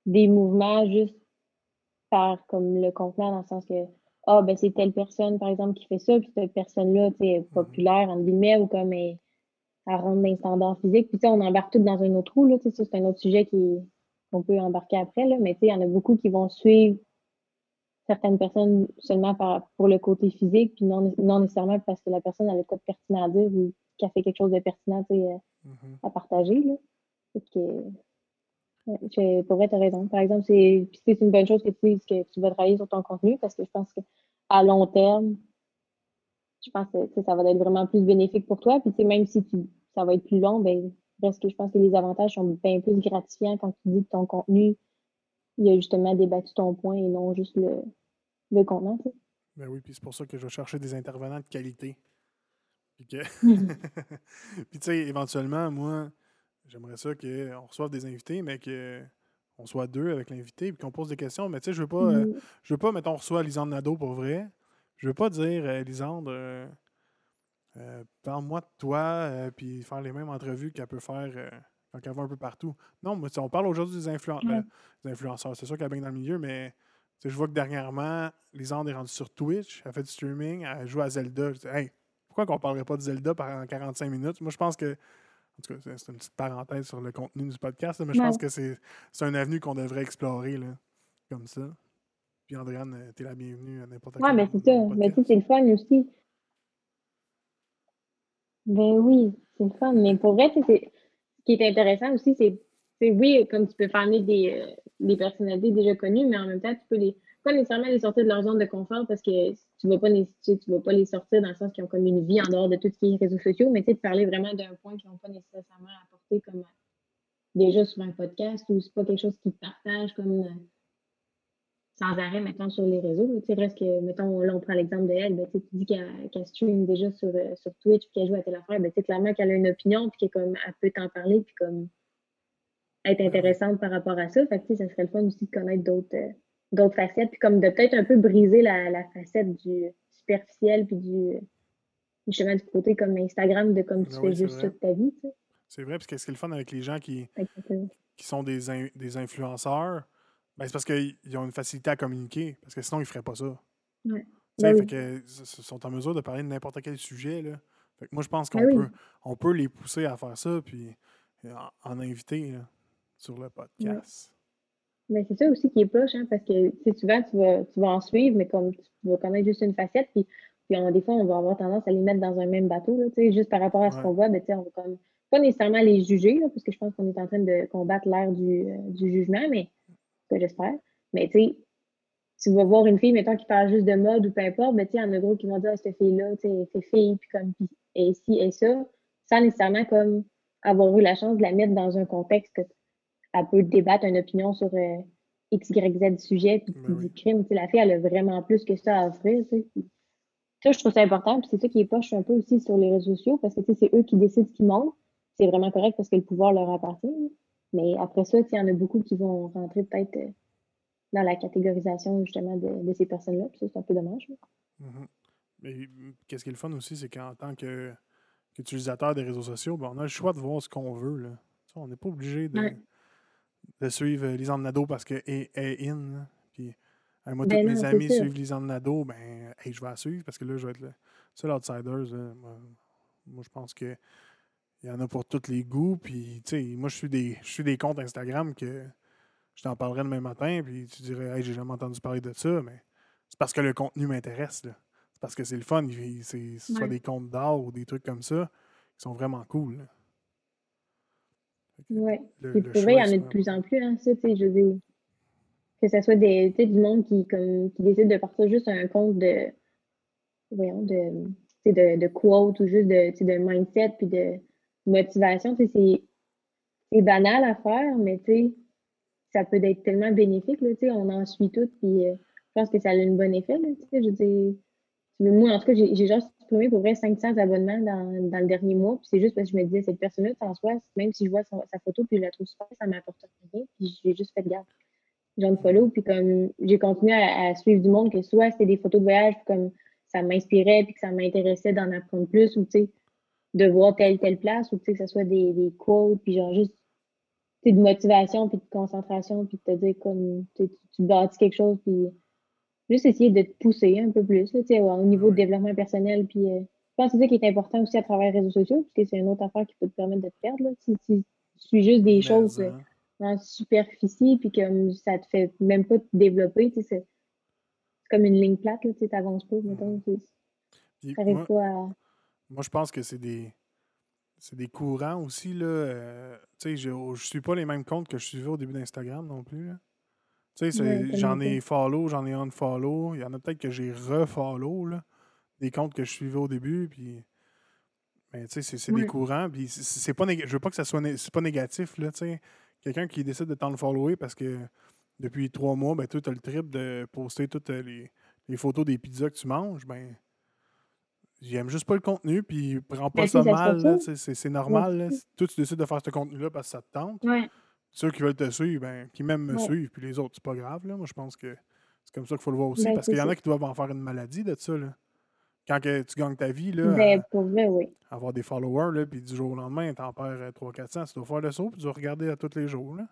des mouvements juste par comme le contenant, dans le sens que, ah, ben c'est telle personne, par exemple, qui fait ça, puis cette personne-là, tu sais, est Mhm. populaire, entre guillemets, ou comme elle, elle rentre dans les standards physiques. Puis, tu sais, on embarque tout dans un autre trou, là, tu sais, ça, c'est un autre sujet qui, qu'on peut embarquer après, là, mais tu sais, il y en a beaucoup qui vont suivre certaines personnes seulement par, pour le côté physique, puis non, non nécessairement parce que la personne a le quoi de pertinent à dire ou qu'elle fait quelque chose de pertinent, tu sais, euh, Mhm. à partager, là. Fait que, ouais, je- pour vrai, t'as raison. Par exemple, c'est, puis c'est une bonne chose que tu dises que tu vas travailler sur ton contenu parce que je pense que à long terme, je pense que tu sais, ça va être vraiment plus bénéfique pour toi. Puis tu sais, même si tu, ça va être plus long, ben parce que je pense que les avantages sont bien plus gratifiants quand tu dis que ton contenu, il a justement débattu ton point et non juste le, le contenant, tu sais. Ben oui, puis c'est pour ça que je vais chercher des intervenants de qualité. Puis que. Mhm. Puis tu sais, éventuellement, moi, j'aimerais ça qu'on reçoive des invités, mais que on soit deux avec l'invité, puis qu'on pose des questions. Mais tu sais, je veux pas, euh, Mhm. je veux pas, mettons, on reçoit Lisande Nadeau pour vrai. Je veux pas dire, euh, Lisande, euh, euh, parle-moi de toi, euh, puis faire les mêmes entrevues qu'elle peut faire euh, quand elle va un peu partout. Non, mais tu sais, on parle aujourd'hui des, influen- ben, Ouais. des influenceurs. C'est sûr qu'elle baigne dans le milieu, mais tu sais, je vois que dernièrement, Lisande est rendue sur Twitch, elle fait du streaming, elle joue à Zelda. Je dis, hey, pourquoi qu'on parlerait pas de Zelda pendant quarante-cinq minutes? Moi, je pense que en tout cas, c'est c'est une petite parenthèse sur le contenu du podcast, là, mais je pense Ouais. que c'est c'est un avenue qu'on devrait explorer là, comme ça. Puis Andréane, euh, t'es la bienvenue à n'importe Ouais, quand ben dans, c'est ça. dans mon Mais tu sais, c'est podcast. le fun aussi. Ben oui, c'est le fun. Mais pour vrai, tu sais, c'est- ce qui est intéressant aussi, c'est, c'est oui, comme tu peux faire venir des, euh, des personnalités déjà connues, mais en même temps, tu peux les, pas nécessairement les sortir de leur zone de confort parce que tu vas pas, les- tu sais, tu vas pas les sortir dans le sens qu'ils ont comme une vie en dehors de tout ce qui est réseaux sociaux, mais tu sais, de parler vraiment d'un point qu'ils n'ont pas nécessairement apporté comme euh, déjà sur un podcast ou c'est pas quelque chose qu'ils partagent comme euh, sans arrêt, mettons, sur les réseaux. Tu sais, reste que, mettons, là, on prend l'exemple de elle, ben, tu sais, tu dis qu'elle qu'elle stream déjà sur, euh, sur Twitch, puis qu'elle joue à telle affaire, ben, tu sais, clairement qu'elle a une opinion, puis qu'elle comme, elle peut t'en parler, puis comme, être Ben oui. intéressante par rapport à ça. Fait que, tu sais, ça serait le fun aussi de connaître d'autres euh, d'autres facettes, puis comme de peut-être un peu briser la, la facette du superficiel, puis du, justement, du côté comme Instagram, de comme tu Ben fais oui, c'est juste ça vrai. de ta vie, tu sais. C'est vrai, parce que ce qui est le fun avec les gens qui, Fait que, euh, qui sont des, in- des influenceurs, ben, c'est parce qu'ils ils ont une facilité à communiquer, parce que sinon, ils feraient pas ça. ouais. Tu Ben sais, fait oui. que ils sont en mesure de parler de n'importe quel sujet, là. Fait que moi, je pense Ben qu'on oui. peut, on peut les pousser à faire ça, puis euh, en, en inviter là, sur le Ouais. podcast. Mais c'est ça aussi qui est poche, hein, parce que tu sais, souvent tu vas, tu vas en suivre, mais comme tu vas connaître juste une facette, puis, puis on- des fois, on va avoir tendance à les mettre dans un même bateau, là, tu sais, juste par rapport à ce Ouais. qu'on voit, ben, tu sais, on va comme pas nécessairement les juger, là, parce que je pense qu'on est en train de combattre l'ère du, euh, du jugement, mais que j'espère. Mais tu sais, tu vas voir une fille, mettons, qui parle juste de mode ou peu importe, ben, tu sais, il y en a gros qui vont dire, ah, cette fille-là, tu sais, elle fait fille, puis comme, puis, et ci, et ça, sans nécessairement comme avoir eu la chance de la mettre dans un contexte que elle peut débattre une opinion sur euh, X, Y, Z sujet, puis Ben oui. du crime. Tu sais, la fille, elle a vraiment plus que ça à offrir. Tu sais. Puis ça, je trouve ça important. Puis c'est ça qui est poche un peu aussi sur les réseaux sociaux, parce que tu sais, c'est eux qui décident ce qu'ils montrent. C'est vraiment correct parce que le pouvoir leur appartient. Là. Mais après ça, tu sais, il y en a beaucoup qui vont rentrer peut-être euh, dans la catégorisation justement de, de ces personnes-là. Puis ça, c'est un peu dommage. Là. Mhm. Mais mm, qu'est-ce qui est le fun aussi, c'est qu'en tant que, qu'utilisateur des réseaux sociaux, ben, on a le choix de voir ce qu'on veut. Là. Tu sais, on n'est pas obligé de, Ouais. de suivre euh, Lisanne Nadeau parce qu'elle est est in. Là. Puis, euh, moi, tous Ben mes non, c'est amis sûr. suivent Lisanne Nadeau, ben, hey, je vais la suivre parce que là, je vais être le seul outsiders. Là. Moi, moi, je pense que il y en a pour tous les goûts. Puis, tu sais, moi, je suis des, je suis des comptes Instagram que je t'en parlerai demain matin. Puis, tu dirais, hey, j'ai jamais entendu parler de ça. Mais c'est parce que le contenu m'intéresse. Là. C'est parce que c'est le fun. Il- C'est soit Ouais. des comptes d'art ou des trucs comme ça qui sont vraiment cool. Là. Fait que Ouais. Le, Puis le pour vrai, il choix y est en a de super plus important. en plus, hein, ça, tu sais, je veux dire, que ce soit des, tu sais, du monde qui, comme, qui décide de partir juste un compte de, voyons, de, tu sais, de, de quotes ou juste de, tu sais, de mindset puis de motivation. Tu sais, c'est c'est banal à faire, mais tu sais, ça peut être tellement bénéfique, là, tu sais, on en suit tout, puis euh, je pense que ça a un bon effet, là, tu sais, je veux dire, moi, en tout cas, j'ai j'ai genre supprimé pour vrai cinq cents abonnements dans, dans le dernier mois, puis c'est juste parce que je me disais, cette personne-là, en soi, même si je vois son- sa photo puis je la trouve super, ça m'apporte rien, puis j'ai juste fait de garde. J'en Mhm. follow, puis comme j'ai continué à, à suivre du monde, que soit c'était des photos de voyage, puis comme ça m'inspirait, puis que ça m'intéressait d'en apprendre plus, ou tu sais, de voir telle telle place, ou tu sais, que ce soit des, des quotes, puis genre juste tu sais, de motivation, puis de concentration, puis de te dire comme tu, sais, tu tu bâtis quelque chose, puis juste essayer de te pousser un peu plus, là, tu sais, au au niveau de Ouais. développement personnel. Puis, euh, je pense que c'est ça qui est important aussi à travers les réseaux sociaux, parce que c'est une autre affaire qui peut te permettre de te perdre. Là. Si si tu suis juste des choses Mais, euh, hein. en superficie, puis comme ça te fait même pas te développer, tu sais, c'est c'est comme une ligne plate, là, tu n'avances pas, mettons, Mhm. tu Puis n'arrives moi, pas à. moi, je pense que c'est des, c'est des courants aussi, là. euh, tu sais, je, je suis pas les mêmes comptes que je suivais au début d'Instagram non plus, là. Tu sais, Ouais, c'est- tellement j'en pas. ai follow, j'en ai unfollow. Il y en a peut-être que j'ai refollow, là. Des comptes que je suivais au début, puis... Mais tu sais, c'est c'est des Ouais. courants, puis c'est c'est pas néga- je veux pas que ça soit né- c'est pas négatif, là, tu sais. Quelqu'un qui décide de t'unfollower parce que depuis trois mois, ben, toi, t'as le trip de poster toutes euh, les, les photos des pizzas que tu manges, ben, j'aime juste pas le contenu, puis prends pas Mais tu ça sais, ça se mal, poursuit. là, tu sais, c'est c'est Ouais. normal, là. Si toi, tu décides de faire ce contenu-là parce que ça te tente, Ouais. ceux qui veulent te suivre, ben, qui m'aiment me Ouais. suivent, puis les autres, c'est pas grave, là. Moi, je pense que c'est comme ça qu'il faut le voir aussi, Ben, parce c'est qu'il y en ça. a qui doivent en faire une maladie de ça, là. Quand que tu gagnes ta vie, Ben, là, pour vrai, oui. avoir des followers, là, puis du jour au lendemain, t'en perds trois cents quatre cents, tu dois faire le saut, puis tu dois regarder à tous les jours, là.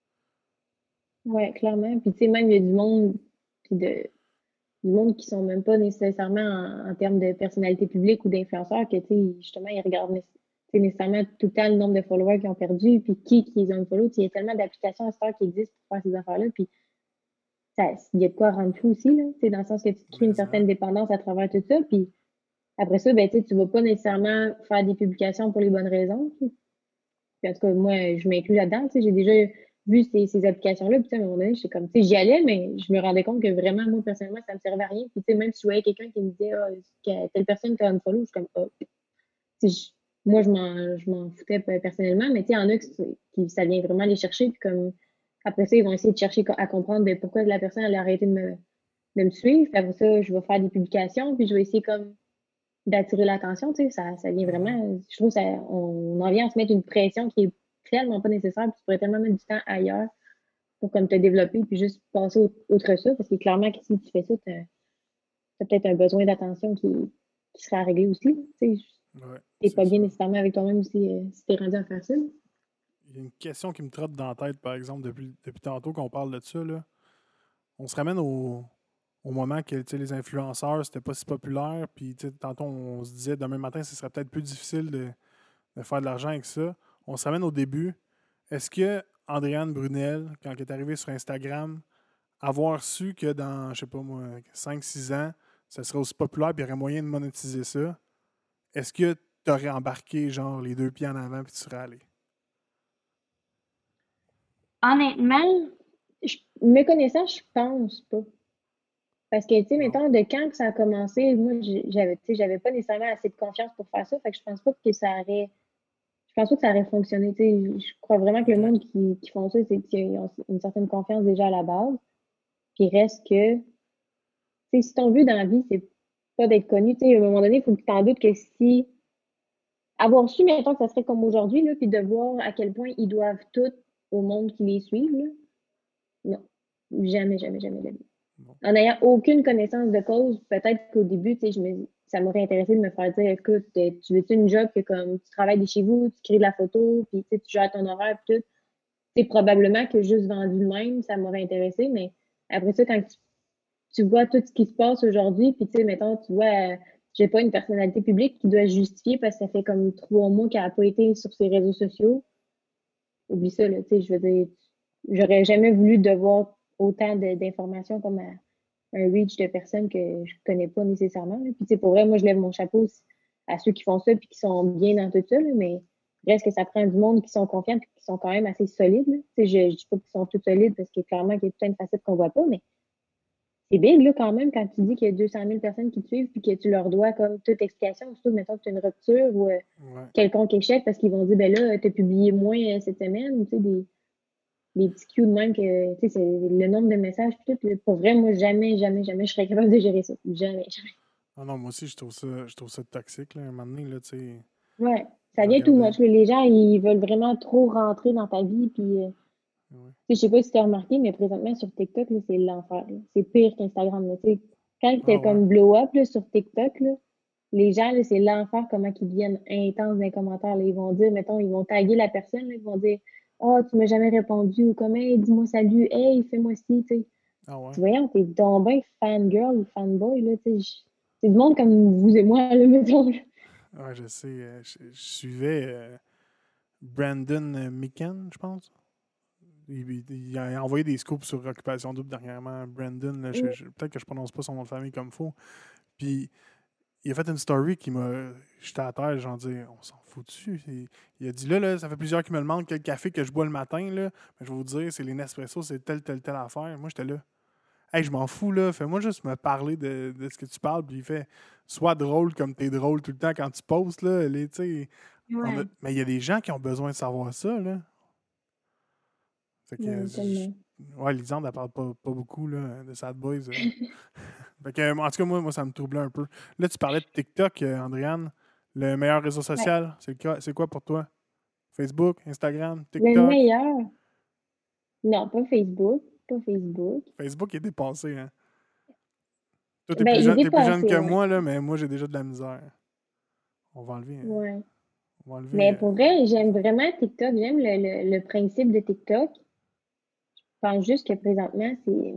Ouais, clairement. Puis, tu sais, même, il y a du monde, puis de, du monde qui sont même pas nécessairement en, en termes de personnalité publique ou d'influenceurs, que, tu sais, justement, ils regardent né- tu sais, nécessairement tout le temps le nombre de followers qu'ils ont perdu, puis qui, qui les ont follow. Tu sais, il y a tellement d'applications à cette heure qui existent pour faire ces affaires-là, puis ça, il y a de quoi rendre fou aussi, là, tu sais, dans le sens que tu te crées une Mais, certaine hein. dépendance à travers tout ça, puis après ça, ben, tu sais, tu vas pas nécessairement faire des publications pour les bonnes raisons. Puis en tout cas, moi, je m'inclus là-dedans. Tu sais, j'ai déjà vu ces, ces applications-là. Puis tu sais, à un moment donné, j'étais comme, tu sais, j'y allais, mais je me rendais compte que vraiment, moi, personnellement, ça me servait à rien. Puis tu sais, même si je voyais quelqu'un qui me disait, ah, que telle personne qui a un follow, je suis comme, ah, tu sais, je- moi, je m'en, je m'en foutais pe- personnellement, mais tu sais, il y en a qui, qui- ça vient vraiment les chercher. Puis comme, après ça, ils vont essayer de chercher co- à comprendre ben, pourquoi la personne, elle a arrêté de me, de me suivre. Puis après ça, je vais faire des publications, puis je vais essayer comme d'attirer l'attention, tu sais, ça, ça vient Mhm. vraiment, je trouve, ça, on en vient à se mettre une pression qui est tellement pas nécessaire, puis tu pourrais tellement mettre du temps ailleurs pour comme te développer, puis juste passer au- outre ça, parce que clairement que si tu fais ça, t'as, t'as peut-être un besoin d'attention qui, qui sera réglé aussi, tu sais, Ouais, t'es c'est pas bien ça. nécessairement avec toi-même si, euh, si t'es rendu à faire ça. Il y a une question qui me trotte dans la tête, par exemple, depuis, depuis tantôt qu'on parle de ça, là. On se ramène au, au moment que tu sais, les influenceurs, c'était pas si populaire, puis tu sais, tantôt, on se disait demain matin, ce serait peut-être plus difficile de, de faire de l'argent avec ça. On se ramène au début. Est-ce que Andréane Brunel, quand elle est arrivée sur Instagram, avoir su que dans, je sais pas moi, cinq six ans, ça serait aussi populaire et il y aurait moyen de monétiser ça, est-ce que tu aurais embarqué genre les deux pieds en avant puis tu serais allé? Honnêtement, je, me connaissant, je pense pas. Parce que, tu sais, Non. mettons, de quand que ça a commencé, moi, j'ai- j'avais, tu sais, j'avais pas nécessairement assez de confiance pour faire ça. Fait que je pense pas que ça aurait je pense pas que ça aurait fonctionné. Tu sais, je crois vraiment que le OK. monde qui, qui font ça, c'est qu'ils ont une certaine confiance déjà à la base. Puis reste que, tu sais, si ton but dans la vie, c'est pas d'être connu, tu sais, à un moment donné, il faut que tu t'en doutes que si, avoir su, mettons, que ça serait comme aujourd'hui, là, puis de voir à quel point ils doivent tout au monde qui les suit, là, non. Jamais, jamais, jamais de la vie. Bon. En n'ayant aucune connaissance de cause, peut-être qu'au début, tu sais, je me, ça m'aurait intéressé de me faire dire, écoute, euh, tu veux-tu une job que comme tu travailles de chez vous, tu crées de la photo, puis tu sais, tu gères ton horaire, puis tout. C'est probablement que juste vendu de même, ça m'aurait intéressé, mais après ça, quand tu, tu vois tout ce qui se passe aujourd'hui, puis tu sais, mettons, tu vois, euh, j'ai pas une personnalité publique qui doit se justifier parce que ça fait comme trois mois qu'elle a pas été sur ses réseaux sociaux. Oublie ça, là, tu sais, je veux dire, j'aurais jamais voulu devoir autant de- d'informations comme à un reach de personnes que je connais pas nécessairement, là. Puis tu sais, pour vrai, moi, je lève mon chapeau aussi à ceux qui font ça puis qui sont bien dans tout ça, là, mais reste que ça prend du monde qui sont confiants puis qui sont quand même assez solides, là. Tu sais, je, je dis pas qu'ils sont tous solides parce que clairement qu'il y a plein de facettes qu'on voit pas, mais c'est big, là, quand même, quand tu dis qu'il y a deux cent mille personnes qui te suivent puis que tu leur dois comme toute explication, surtout, mettons que tu as une rupture ou euh, Ouais. quelconque échec parce qu'ils vont dire, ben là, tu as publié moins euh, cette semaine, ou tu sais, des, des petits cues de même que, tu sais, c'est le nombre de messages, puis tout. Pour vrai, moi, jamais, jamais, jamais, je serais capable de gérer ça. Jamais, jamais. Ah non, moi aussi, je trouve ça, je trouve ça toxique, là, un moment donné, là, tu sais, Ouais, ça de vient tout regarder. much, là. Les gens, ils veulent vraiment trop rentrer dans ta vie, puis, euh, Ouais. tu sais, je sais pas si tu as remarqué, mais présentement, sur TikTok, là, c'est l'enfer, là. C'est pire qu'Instagram, là. Tu sais, quand Ah t'es ouais. comme blow up, là, sur TikTok, là, les gens, là, c'est l'enfer comment ils deviennent intenses dans les commentaires, là. Ils vont dire, mettons, ils vont taguer la personne, là, ils vont dire, oh, tu m'as jamais répondu, ou comme, hey, dis-moi salut, hey, fais-moi ci, tu sais. Ah ouais? Tu voyons, t'es donc ben fangirl ou fanboy, là, tu sais. je- C'est du monde comme vous et moi, là, mettons. Là. Ouais, je sais. euh, je, je suivais euh, Brandon euh, Mikan, je pense. Il, il- il a envoyé des scoops sur Occupation Double dernièrement. Brandon, là, je- Mm. je- peut-être que je prononce pas son nom de famille comme faut. Puis il a fait une story qui m'a. J'étais à terre, j'en dis, on s'en fout-tu? Il, il a dit là, là, ça fait plusieurs qui me demandent quel café que je bois le matin, là. Mais je vais vous dire, c'est les Nespresso, c'est telle, telle, telle affaire. Moi, j'étais là. Hey, je m'en fous, là. Fais-moi juste me parler de, de ce que tu parles. Puis il fait, sois drôle comme t'es drôle tout le temps quand tu postes, là. Les, tu sais, on a- Ouais, Mais il y a des gens qui ont besoin de savoir ça, là. Fait que, ouais, je- tellement. ouais, Lisande, elle parle pas, pas beaucoup, là, de Sad Boys. euh. Fait que, en tout cas, moi, moi, ça me troublait un peu. Là, tu parlais de TikTok, euh, Andréane. Le meilleur réseau Ouais. social, c'est quoi, c'est quoi pour toi? Facebook, Instagram, Le TikTok? meilleur, non, pas Facebook, pas Facebook. Facebook est dépassé, hein? Toi, t'es Ben, plus il est jeune, t'es plus jeune dépassé, que ouais. moi, là, mais moi, j'ai déjà de la misère. On va enlever. euh, Ouais. On va enlever. Mais euh, pour vrai, j'aime vraiment TikTok. J'aime le, le, le principe de TikTok. Je pense juste que présentement, c'est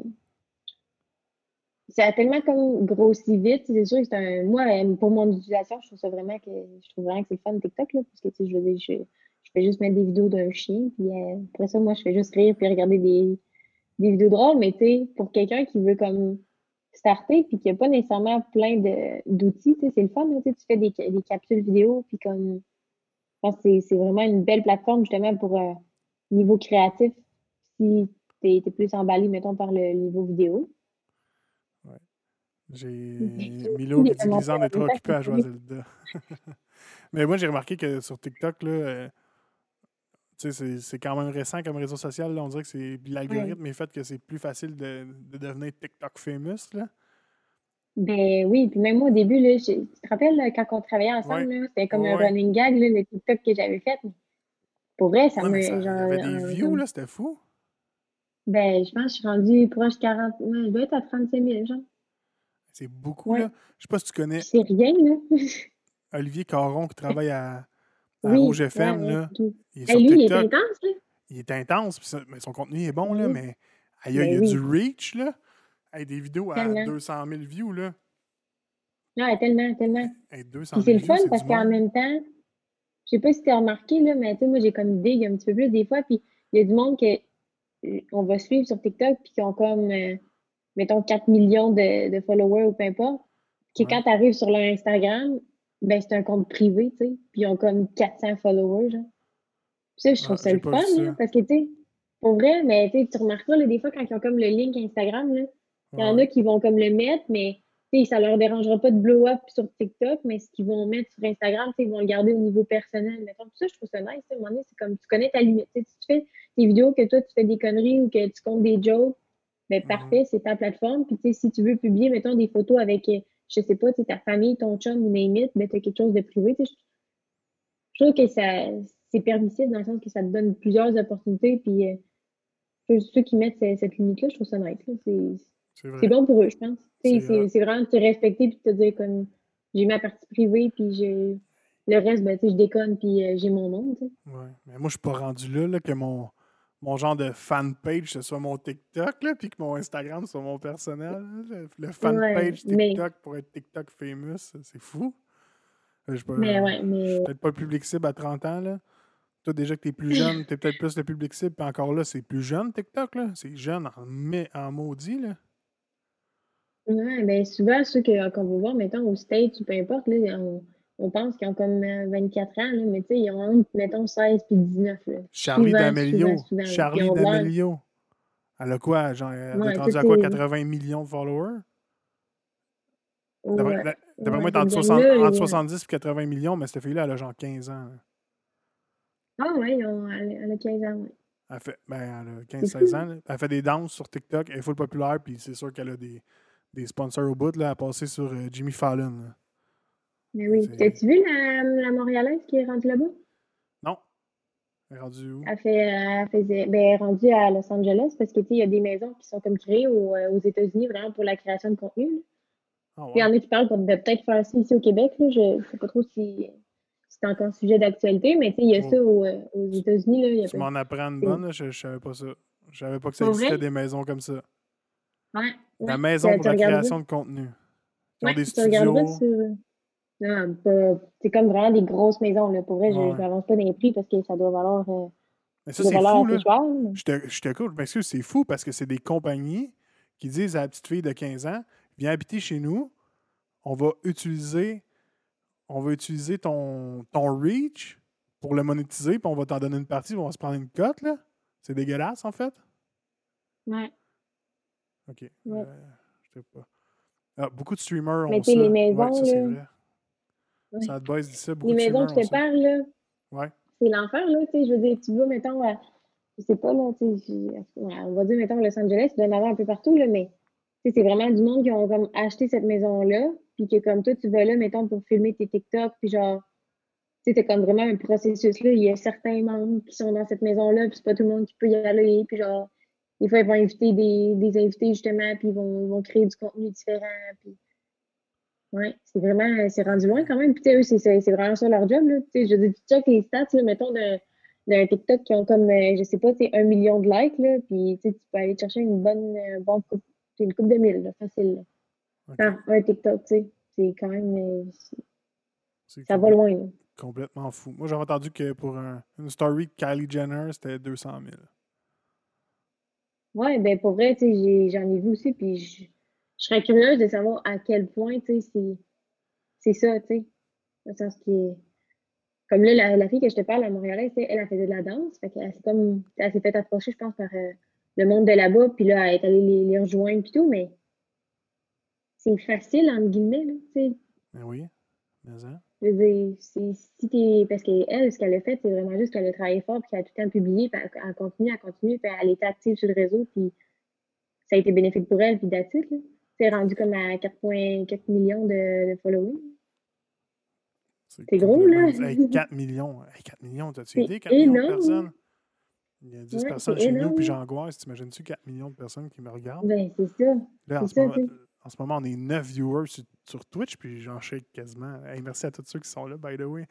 ça a tellement comme grossi vite. C'est sûr que c'est un. Moi, euh, pour mon utilisation, je trouve ça vraiment que je trouve vraiment que c'est le fun TikTok, là, parce que tu sais, je veux dire, je, je fais juste mettre des vidéos d'un chien, puis euh, après ça, moi, je fais juste rire puis regarder des, des vidéos drôles, mais tu sais, pour quelqu'un qui veut comme starter puis qui n'a pas nécessairement plein de d'outils, tu sais, c'est le fun, là, tu sais, tu fais des, des capsules vidéo, puis comme je pense que c'est c'est vraiment une belle plateforme justement pour euh, niveau créatif, si t'es t'es plus emballé, mettons, par le niveau vidéo. ouais. J'ai Milo Des qui dit que commentaires Lisande est en même trop temps, occupée c'est à jouer à curieux. Zelda. Mais moi, j'ai remarqué que sur TikTok, là, euh, tu sais, c'est c'est quand même récent comme réseau social. Là, on dirait que c'est puis Ouais. l'algorithme est fait que c'est plus facile de, de devenir TikTok famous. Là. Ben oui, puis même moi au début, là, je- tu te rappelles là, quand on travaillait Ouais. ensemble, là, c'était comme un Ouais, ouais. running gag, là, le TikTok que j'avais fait. Pour vrai, ça Ouais, mais me ça, genre il y avait des un- views, comme là, c'était fou. ben je pense que je suis rendue proche de quarante. Ouais, je dois être à trente-cinq mille, genre. C'est beaucoup, Ouais. là. Je sais pas si tu connais Puis c'est rien, là. Olivier Caron qui travaille à, à Oui, Rouge ouais, F M, ouais, là. c'est tout. Il est Hey, sur lui, il est TikTok. intense, là. Il est intense, puis ça- mais son contenu est bon, Ben là, oui, mais aïe, aïe, il ben y a du oui, reach, là. Hey, des vidéos à tellement. deux cent mille views, là. Ouais, tellement, tellement. Hey, deux cent Puis c'est mille le views, fun c'est parce du qu'en monde, là. même temps, je sais pas si t'as remarqué, là, mais tu sais, moi, j'ai comme dig un petit peu plus des fois, puis il y a du monde que euh, on va suivre sur TikTok, puis qui ont comme, euh, mettons, quatre millions de, de followers ou peu importe, qui Ouais. quand t'arrives sur leur Instagram, ben c'est un compte privé, tu sais, puis ils ont comme quatre cents followers, genre. Puis ça, je trouve Ah, ça j'ai le pas fun, vu là, ça. parce que, tu sais, pour vrai, mais tu sais, tu remarqueras, là, des fois, quand ils ont comme le link Instagram, là, il y Ouais, en a ouais. qui vont comme le mettre, mais tu sais, ça leur dérangera pas de blow up sur TikTok, mais ce qu'ils vont mettre sur Instagram, tu sais, ils vont le garder au niveau personnel. Mettons, tout ça, je trouve ça nice. Tu sais, à un moment donné, c'est comme tu connais ta limite. Tu sais, si tu fais tes vidéos que toi, tu fais des conneries ou que tu comptes des jokes, ben Mhm. parfait, c'est ta plateforme. Puis tu sais, si tu veux publier, mettons, des photos avec, euh, je sais pas, tu sais, ta famille, ton chum ou name it, ben t'as quelque chose de privé. Tu sais, je trouve que ça, c'est permissif dans le sens que ça te donne plusieurs opportunités. Puis euh, ceux, ceux qui mettent ce- cette limite-là, je trouve ça nice. Là. C'est, C'est c'est vrai. bon pour eux, je pense. Tu sais, C'est hot. c'est, c'est vraiment de te respecter puis de te dire comme j'ai ma partie privée puis j'ai le reste, ben, tu sais, je déconne puis euh, j'ai mon monde. Tu sais. Ouais. Mais moi, je suis pas rendu là, là, que mon, mon genre de fanpage, ce soit mon TikTok, là, puis que mon Instagram soit mon personnel. Là. Le, le Ouais, fanpage mais, TikTok pour être TikTok famous, c'est fou. Euh, Je suis mais pas- ouais, je suis mais peut-être pas le public cible à trente ans, là. Toi, déjà que t'es plus jeune, t'es peut-être plus le public cible, puis encore là, c'est plus jeune, TikTok, là. C'est jeune en, mais en maudit, là. ouais, ben souvent ceux que, qu'on va voir, mettons, au States ou peu importe, là, on, on pense qu'ils ont comme euh, vingt-quatre ans, là, mais tu sais, ils ont entre, mettons, seize puis dix-neuf, là. Charlie Souvent, souvent, D'Amelio. souvent, là. Puis ils Charlie ont de l'air, D'Amelio. Elle a quoi? Genre, elle doit être ouais, tout rendue à quoi? est, quatre-vingts millions de followers? D'après ouais, d'après moi, ouais, elle est cette entre, soixante gang-là, entre là, soixante-dix et quatre-vingts millions, mais cette fille-là, elle a genre quinze ans. Là. ah ouais, ils ont, elle, elle a quinze ans, ouais. Elle fait, ben, elle a C'est quinze fou, seize ans. hein? Là. Elle fait des danses sur TikTok. Elle est full populaire, puis c'est sûr qu'elle a des, des sponsors au bout. Là, elle a passé sur euh, Jimmy Fallon. Là. Mais Et oui. Puis c'est- t'as-tu vu la, la Montréalaise qui est rendue là-bas? Non, elle est rendue où? Elle fait, elle faisait, ben, elle est rendue à Los Angeles parce que, tu sais, il y a des maisons qui sont comme créées au- euh, aux États-Unis vraiment pour la création de contenu, là. Ah Puis il y ouais. en a qui parlent pour de peut-être faire ça ici au Québec, là. Je sais pas trop si. c'est encore sujet d'actualité, mais tu sais, il y a Oh, ça aux, euh, aux États-Unis, là, il y a tu pas. m'en apprends une C'est bonne, là, je, je savais pas ça. Je savais pas que ça pas existait vrai? des maisons comme ça. Ouais, La ouais. Tu, maison pour tu la regarderas. création de contenu. Qui ont Ouais, des tu regarderas studios. sur. Non, pas- c'est comme vraiment des grosses maisons, là. Pour vrai, je Ouais. n'avance pas dans les prix parce que ça doit valoir, euh, Mais ça ça, doit c'est valoir fou, assez là. cher, là. Je te, je te cours, je m'excuse, c'est fou parce que c'est des compagnies qui disent à la petite fille de quinze ans, viens habiter chez nous, on va utiliser, on va utiliser ton, ton reach pour le monétiser, puis on va t'en donner une partie, puis on va se prendre une cote, là. C'est dégueulasse, en fait. Ouais, OK. ouais. Euh, je sais pas. Ah, beaucoup de streamers Mais ont tu sais, les ça. Ouais, maisons, ça, c'est là. vrai. Ouais. Sad Boys dit ça, beaucoup Les de maisons streamers que ont je te ça. parle, là, Ouais. c'est l'enfer, là. Tu sais, je veux dire, tu vas, mettons, à- je sais pas, là, tu sais, je- ouais, on va dire, mettons, Los Angeles, il doit y en avoir un peu partout, là, mais tu sais, c'est vraiment du monde qui ont comme acheté cette maison-là, puis que comme toi, tu vas là, mettons, pour filmer tes TikTok, puis genre, tu sais, c'est comme vraiment un processus, là. Il y a certains membres qui sont dans cette maison-là, puis c'est pas tout le monde qui peut y aller, puis genre, des fois, ils vont inviter des, des invités, justement, puis ils vont, ils vont créer du contenu différent, puis ouais, c'est vraiment, c'est rendu loin OK. quand même. Puis, tu sais, eux, c'est c'est- c'est vraiment ça leur job, là. Tu sais, je veux dire, tu check les stats, là, mettons, d'un d'un TikTok qui ont comme, euh, je sais pas, tu sais, un million de likes, là. Puis, tu sais, tu peux aller chercher une bonne, euh, bonne coupe, c'est une coupe de mille, là, facile, là. OK. Par un TikTok, tu sais. C'est quand même, euh, c'est- C'est ça va complète- loin, là. complètement fou. Moi, j'avais entendu que pour un- une story de Kylie Jenner, c'était deux cent mille. Ouais, ben, pour vrai, tu sais, j'ai- j'en ai vu aussi, puis je, je serais curieuse de savoir à quel point, tu sais, c'est c'est ça, tu sais. Dans le sens qui est. Comme là, la, la fille que je te parle à Montréal, elle, elle faisait de la danse. Fait qu'elle s'est comme, elle s'est fait approcher, je pense, par euh, le monde de là-bas. Puis là, elle est allée les, les rejoindre puis tout. Mais c'est facile, entre guillemets, là, tu sais. Mais oui, mais hein? Je veux dire, c'est, si t'es, parce qu'elle, ce qu'elle a fait, c'est vraiment juste qu'elle a travaillé fort puis qu'elle a tout le temps publié. Puis elle, elle continue, elle continue. Puis elle était active sur le réseau. Puis ça a été bénéfique pour elle. Puis that's it, là. C'est rendu comme à quatre virgule quatre millions de, de following. C'est C'est gros, complètement. là. Hey, quatre millions. Hey, quatre millions, t'as-tu C'est idée? quatre millions de énorme. personnes? Il y a dix Ouais, c'est personnes chez nous, puis énorme. j'angoisse. T'imagines-tu quatre millions de personnes qui me regardent? Ben, c'est ça. Là, en C'est ce ça, moment, tu sais. en ce moment on est neuf viewers sur, sur Twitch, puis j'en shake quasiment. Hey, merci à tous ceux qui sont là, by the way.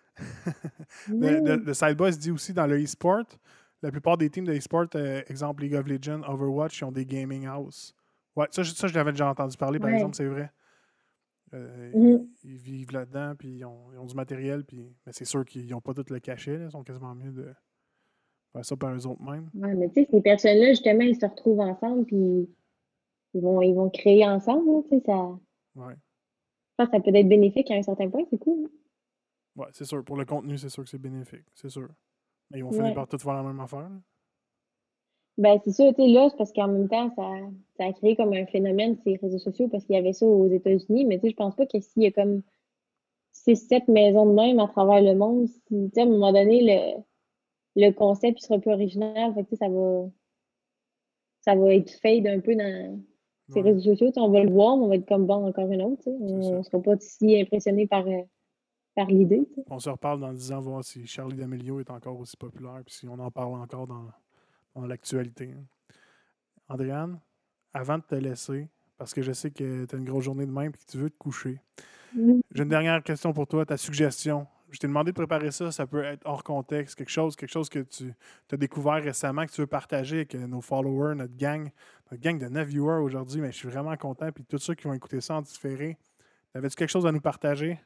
le, le, Ouais. le Sideboss dit aussi dans le e-sport, la plupart des teams de e-sport, euh, exemple League of Legends, Overwatch, ils ont des gaming house. Ouais, ça, je- ça je l'avais déjà entendu parler, par exemple, Ouais. c'est vrai. Euh, Mhm. ils, ils vivent là-dedans, puis ils ont, ils ont du matériel, puis mais c'est sûr qu'ils n'ont pas tout le cachet, là, ils sont quasiment mieux de faire ça par eux autres mêmes. Ouais, mais tu sais, ces personnes-là, justement, ils se retrouvent ensemble, puis ils vont, ils vont créer ensemble, là, tu sais, ça, Ouais, je pense que ça peut être bénéfique à un certain point, c'est cool, hein. ouais, c'est sûr. Pour le contenu, c'est sûr que c'est bénéfique, c'est sûr. Mais ils vont finir Ouais. par tout faire la même affaire. Là. Ben, c'est sûr, tu sais, là, c'est parce qu'en même temps, ça, ça a créé comme un phénomène, ces réseaux sociaux, parce qu'il y avait ça aux États-Unis, mais tu sais, je pense pas que s'il y a comme six, sept maisons de même à travers le monde, si, tu sais, à un moment donné, le, le concept, il sera plus original, fait que, tu sais, ça va, ça va être fade un peu dans ces Ouais, réseaux sociaux, tu sais, on va le voir, mais on va être comme bon, encore une autre, tu sais, c'est ça. on, on sera pas si impressionné par, euh, par l'idée, tu sais. On se reparle dans dix ans, voir si Charlie D'Amelio est encore aussi populaire, puis si on en parle encore dans, dans l'actualité. Hein. Andréane, avant de te laisser, parce que je sais que tu as une grosse journée de même et que tu veux te coucher, Mhm. j'ai une dernière question pour toi, ta suggestion. Je t'ai demandé de préparer ça, ça peut être hors contexte, quelque chose, quelque chose que tu as découvert récemment, que tu veux partager avec nos followers, notre gang, notre gang de neuf viewers aujourd'hui, mais je suis vraiment content, puis tous ceux qui vont écouter ça en différé. Avais-tu quelque chose à nous partager?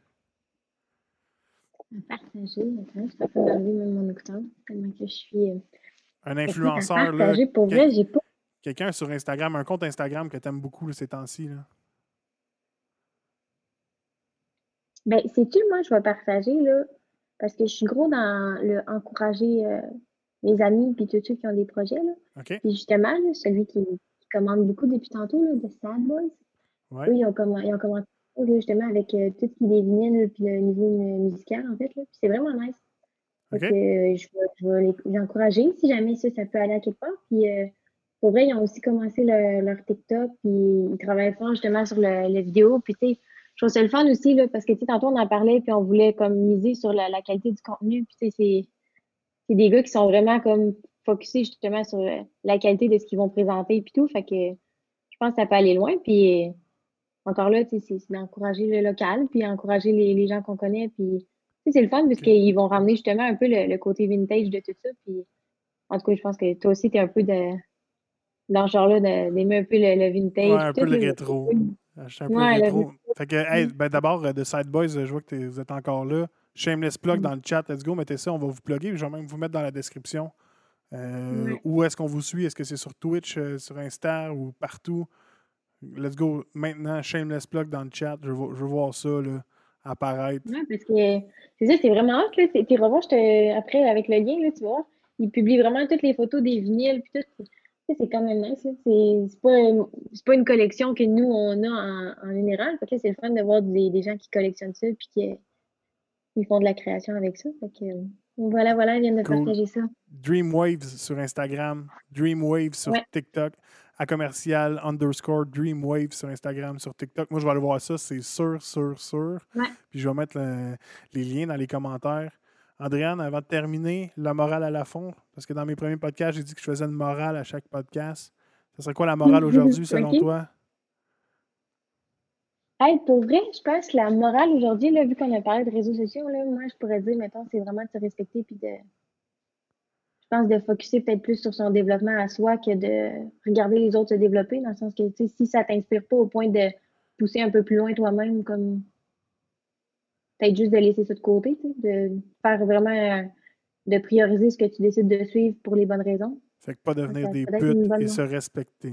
À partager, attends, je suis pas capable d'enlever même mon écouteur, tellement que je suis. euh, Un Écoute, à influenceur, là, partager, pour quel- vrai, j'ai pas. quelqu'un sur Instagram, un compte Instagram que tu aimes beaucoup là, ces temps-ci. Là. Ben, sais-tu, moi, je vais partager, là, parce que je suis gros dans le encourager euh, mes amis puis tous ceux qui ont des projets, là. OK? Puis justement, là, celui qui, qui commande beaucoup depuis tantôt, là, de Sad Boys, eux, Ouais. ils ont, comm- ils ont commencé là, justement avec euh, tout ce qui est des vinyles puis le niveau mu- musical, en fait, là. Puis c'est vraiment nice. Fait que OK? euh, je vais, je vais les, les encourager si jamais ça, ça peut aller à quelque part. Puis euh, pour vrai, ils ont aussi commencé le- leur TikTok, puis ils travaillent fort justement sur le, le vidéo. Puis tu sais, je trouve ça le fun aussi, là, parce que tu sais, tantôt on en parlait, puis on voulait comme miser sur la, la qualité du contenu. Puis tu sais, c'est c'est des gars qui sont vraiment comme focusés justement sur euh, la qualité de ce qu'ils vont présenter puis tout. Fait que je pense que ça peut aller loin. Puis euh, encore là, tu sais, c'est c'est d'encourager le local, puis encourager les, les gens qu'on connaît. Puis tu sais, c'est le fun parce OK. qu'ils vont ramener justement un peu le, le côté vintage de tout ça. Puis, en tout cas, je pense que toi aussi, t'es un peu de, dans ce genre-là, de- d'aimer un peu le, le Ouais, vintage. un Puis peu tout, le là, rétro. Euh, Je suis un peu ouais, le rétro. Fait que, hey, vintage. ben d'abord, euh, de Side Boys, euh, je vois que t'es- vous êtes encore là. Shameless plug Mm. dans le chat. Let's go, mettez ça, on va vous plugger. Je vais même vous mettre dans la description. Euh, Ouais. où est-ce qu'on vous suit? Est-ce que c'est sur Twitch, euh, sur Insta ou partout? Let's go. Maintenant, Shameless plug dans le chat. Je veux, je veux voir ça là, apparaître. Ouais, parce que c'est ça, c'est vraiment hot, là. C'est- T'es revoir, je te, après, avec le lien, là, tu vois, il publie vraiment toutes les photos des vinyles, puis tout. C'est tu sais, c'est quand même nice, là. C'est c'est pas, c'est pas une collection que nous, on a en, en général. Fait que là, c'est le fun de voir des, des gens qui collectionnent ça, puis qui ils font de la création avec ça. Fait que, euh, voilà, voilà, ils viennent de Cool. partager ça. Dreamwaves sur Instagram, Dreamwaves sur Ouais. TikTok, à commercial underscore Dreamwaves sur Instagram, sur TikTok. Moi, je vais aller voir ça, c'est sûr, sûr, sûr. Ouais. Puis je vais mettre le- les liens dans les commentaires. Andréane, avant de terminer, la morale à la fond, parce que dans mes premiers podcasts, j'ai dit que je faisais une morale à chaque podcast. Ce serait quoi la morale aujourd'hui, selon OK. toi? Hey, pour vrai, je pense que la morale aujourd'hui, là, vu qu'on a parlé de réseaux sociaux, là, moi, je pourrais dire, mettons, c'est vraiment de se respecter puis de, je pense, de focuser peut-être plus sur son développement à soi que de regarder les autres se développer, dans le sens que, tu sais, si ça t'inspire pas au point de pousser un peu plus loin toi-même, comme peut-être juste de laisser ça de côté, tu sais, de faire vraiment, euh, de prioriser ce que tu décides de suivre pour les bonnes raisons. Fait que pas Ça, devenir ça des peut être une putes et bonne. se respecter.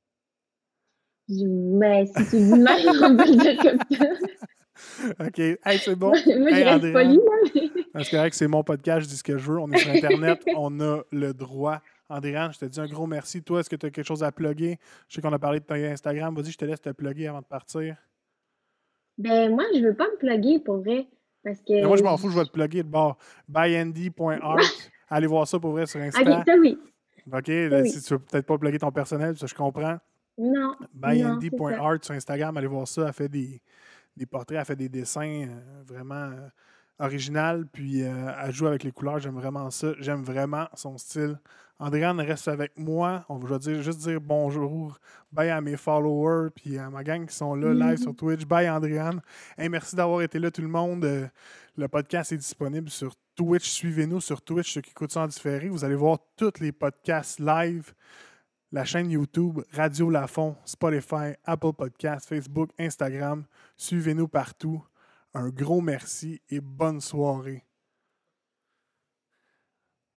Mais si tu dis de même, on peut le dire comme ça. OK. Hey, c'est Moi, bon. moi, je Hey, reste polie, Andréane. là. Parce que c'est mon podcast, je dis ce que je veux. On est sur Internet, on a le droit. Andréane, je te dis un gros merci. Toi, est-ce que tu as quelque chose à plugger? Je sais qu'on a parlé de ton Instagram. Vas-y, je te laisse te plugger avant de partir. Ben, moi, je veux pas me plugger pour vrai. Parce que. Mais moi, je m'en fous, je vais je- te plugger de bord. by andy point art. Allez voir ça pour vrai sur Ok, Insta. ça oui. OK? Ça Là, si oui. tu veux peut-être pas plugger ton personnel, ça je comprends. Non, non, c'est ça. by andy point art sur Instagram, allez voir ça. Elle fait des, des portraits, elle fait des dessins euh, vraiment euh, original. Puis euh, elle joue avec les couleurs, j'aime vraiment ça. J'aime vraiment son style. Andréane reste avec moi. On va dire, juste dire bonjour. Bye à mes followers, puis à ma gang qui sont là live sur Twitch. Bye Andréane. Hey, merci d'avoir été là tout le monde. Euh, le podcast est disponible sur Twitch. Suivez-nous sur Twitch, ceux qui écoutent ça en différé. Vous allez voir tous les podcasts live. La chaîne YouTube, Radio Lafond, Spotify, Apple Podcasts, Facebook, Instagram. Suivez-nous partout. Un gros merci et bonne soirée.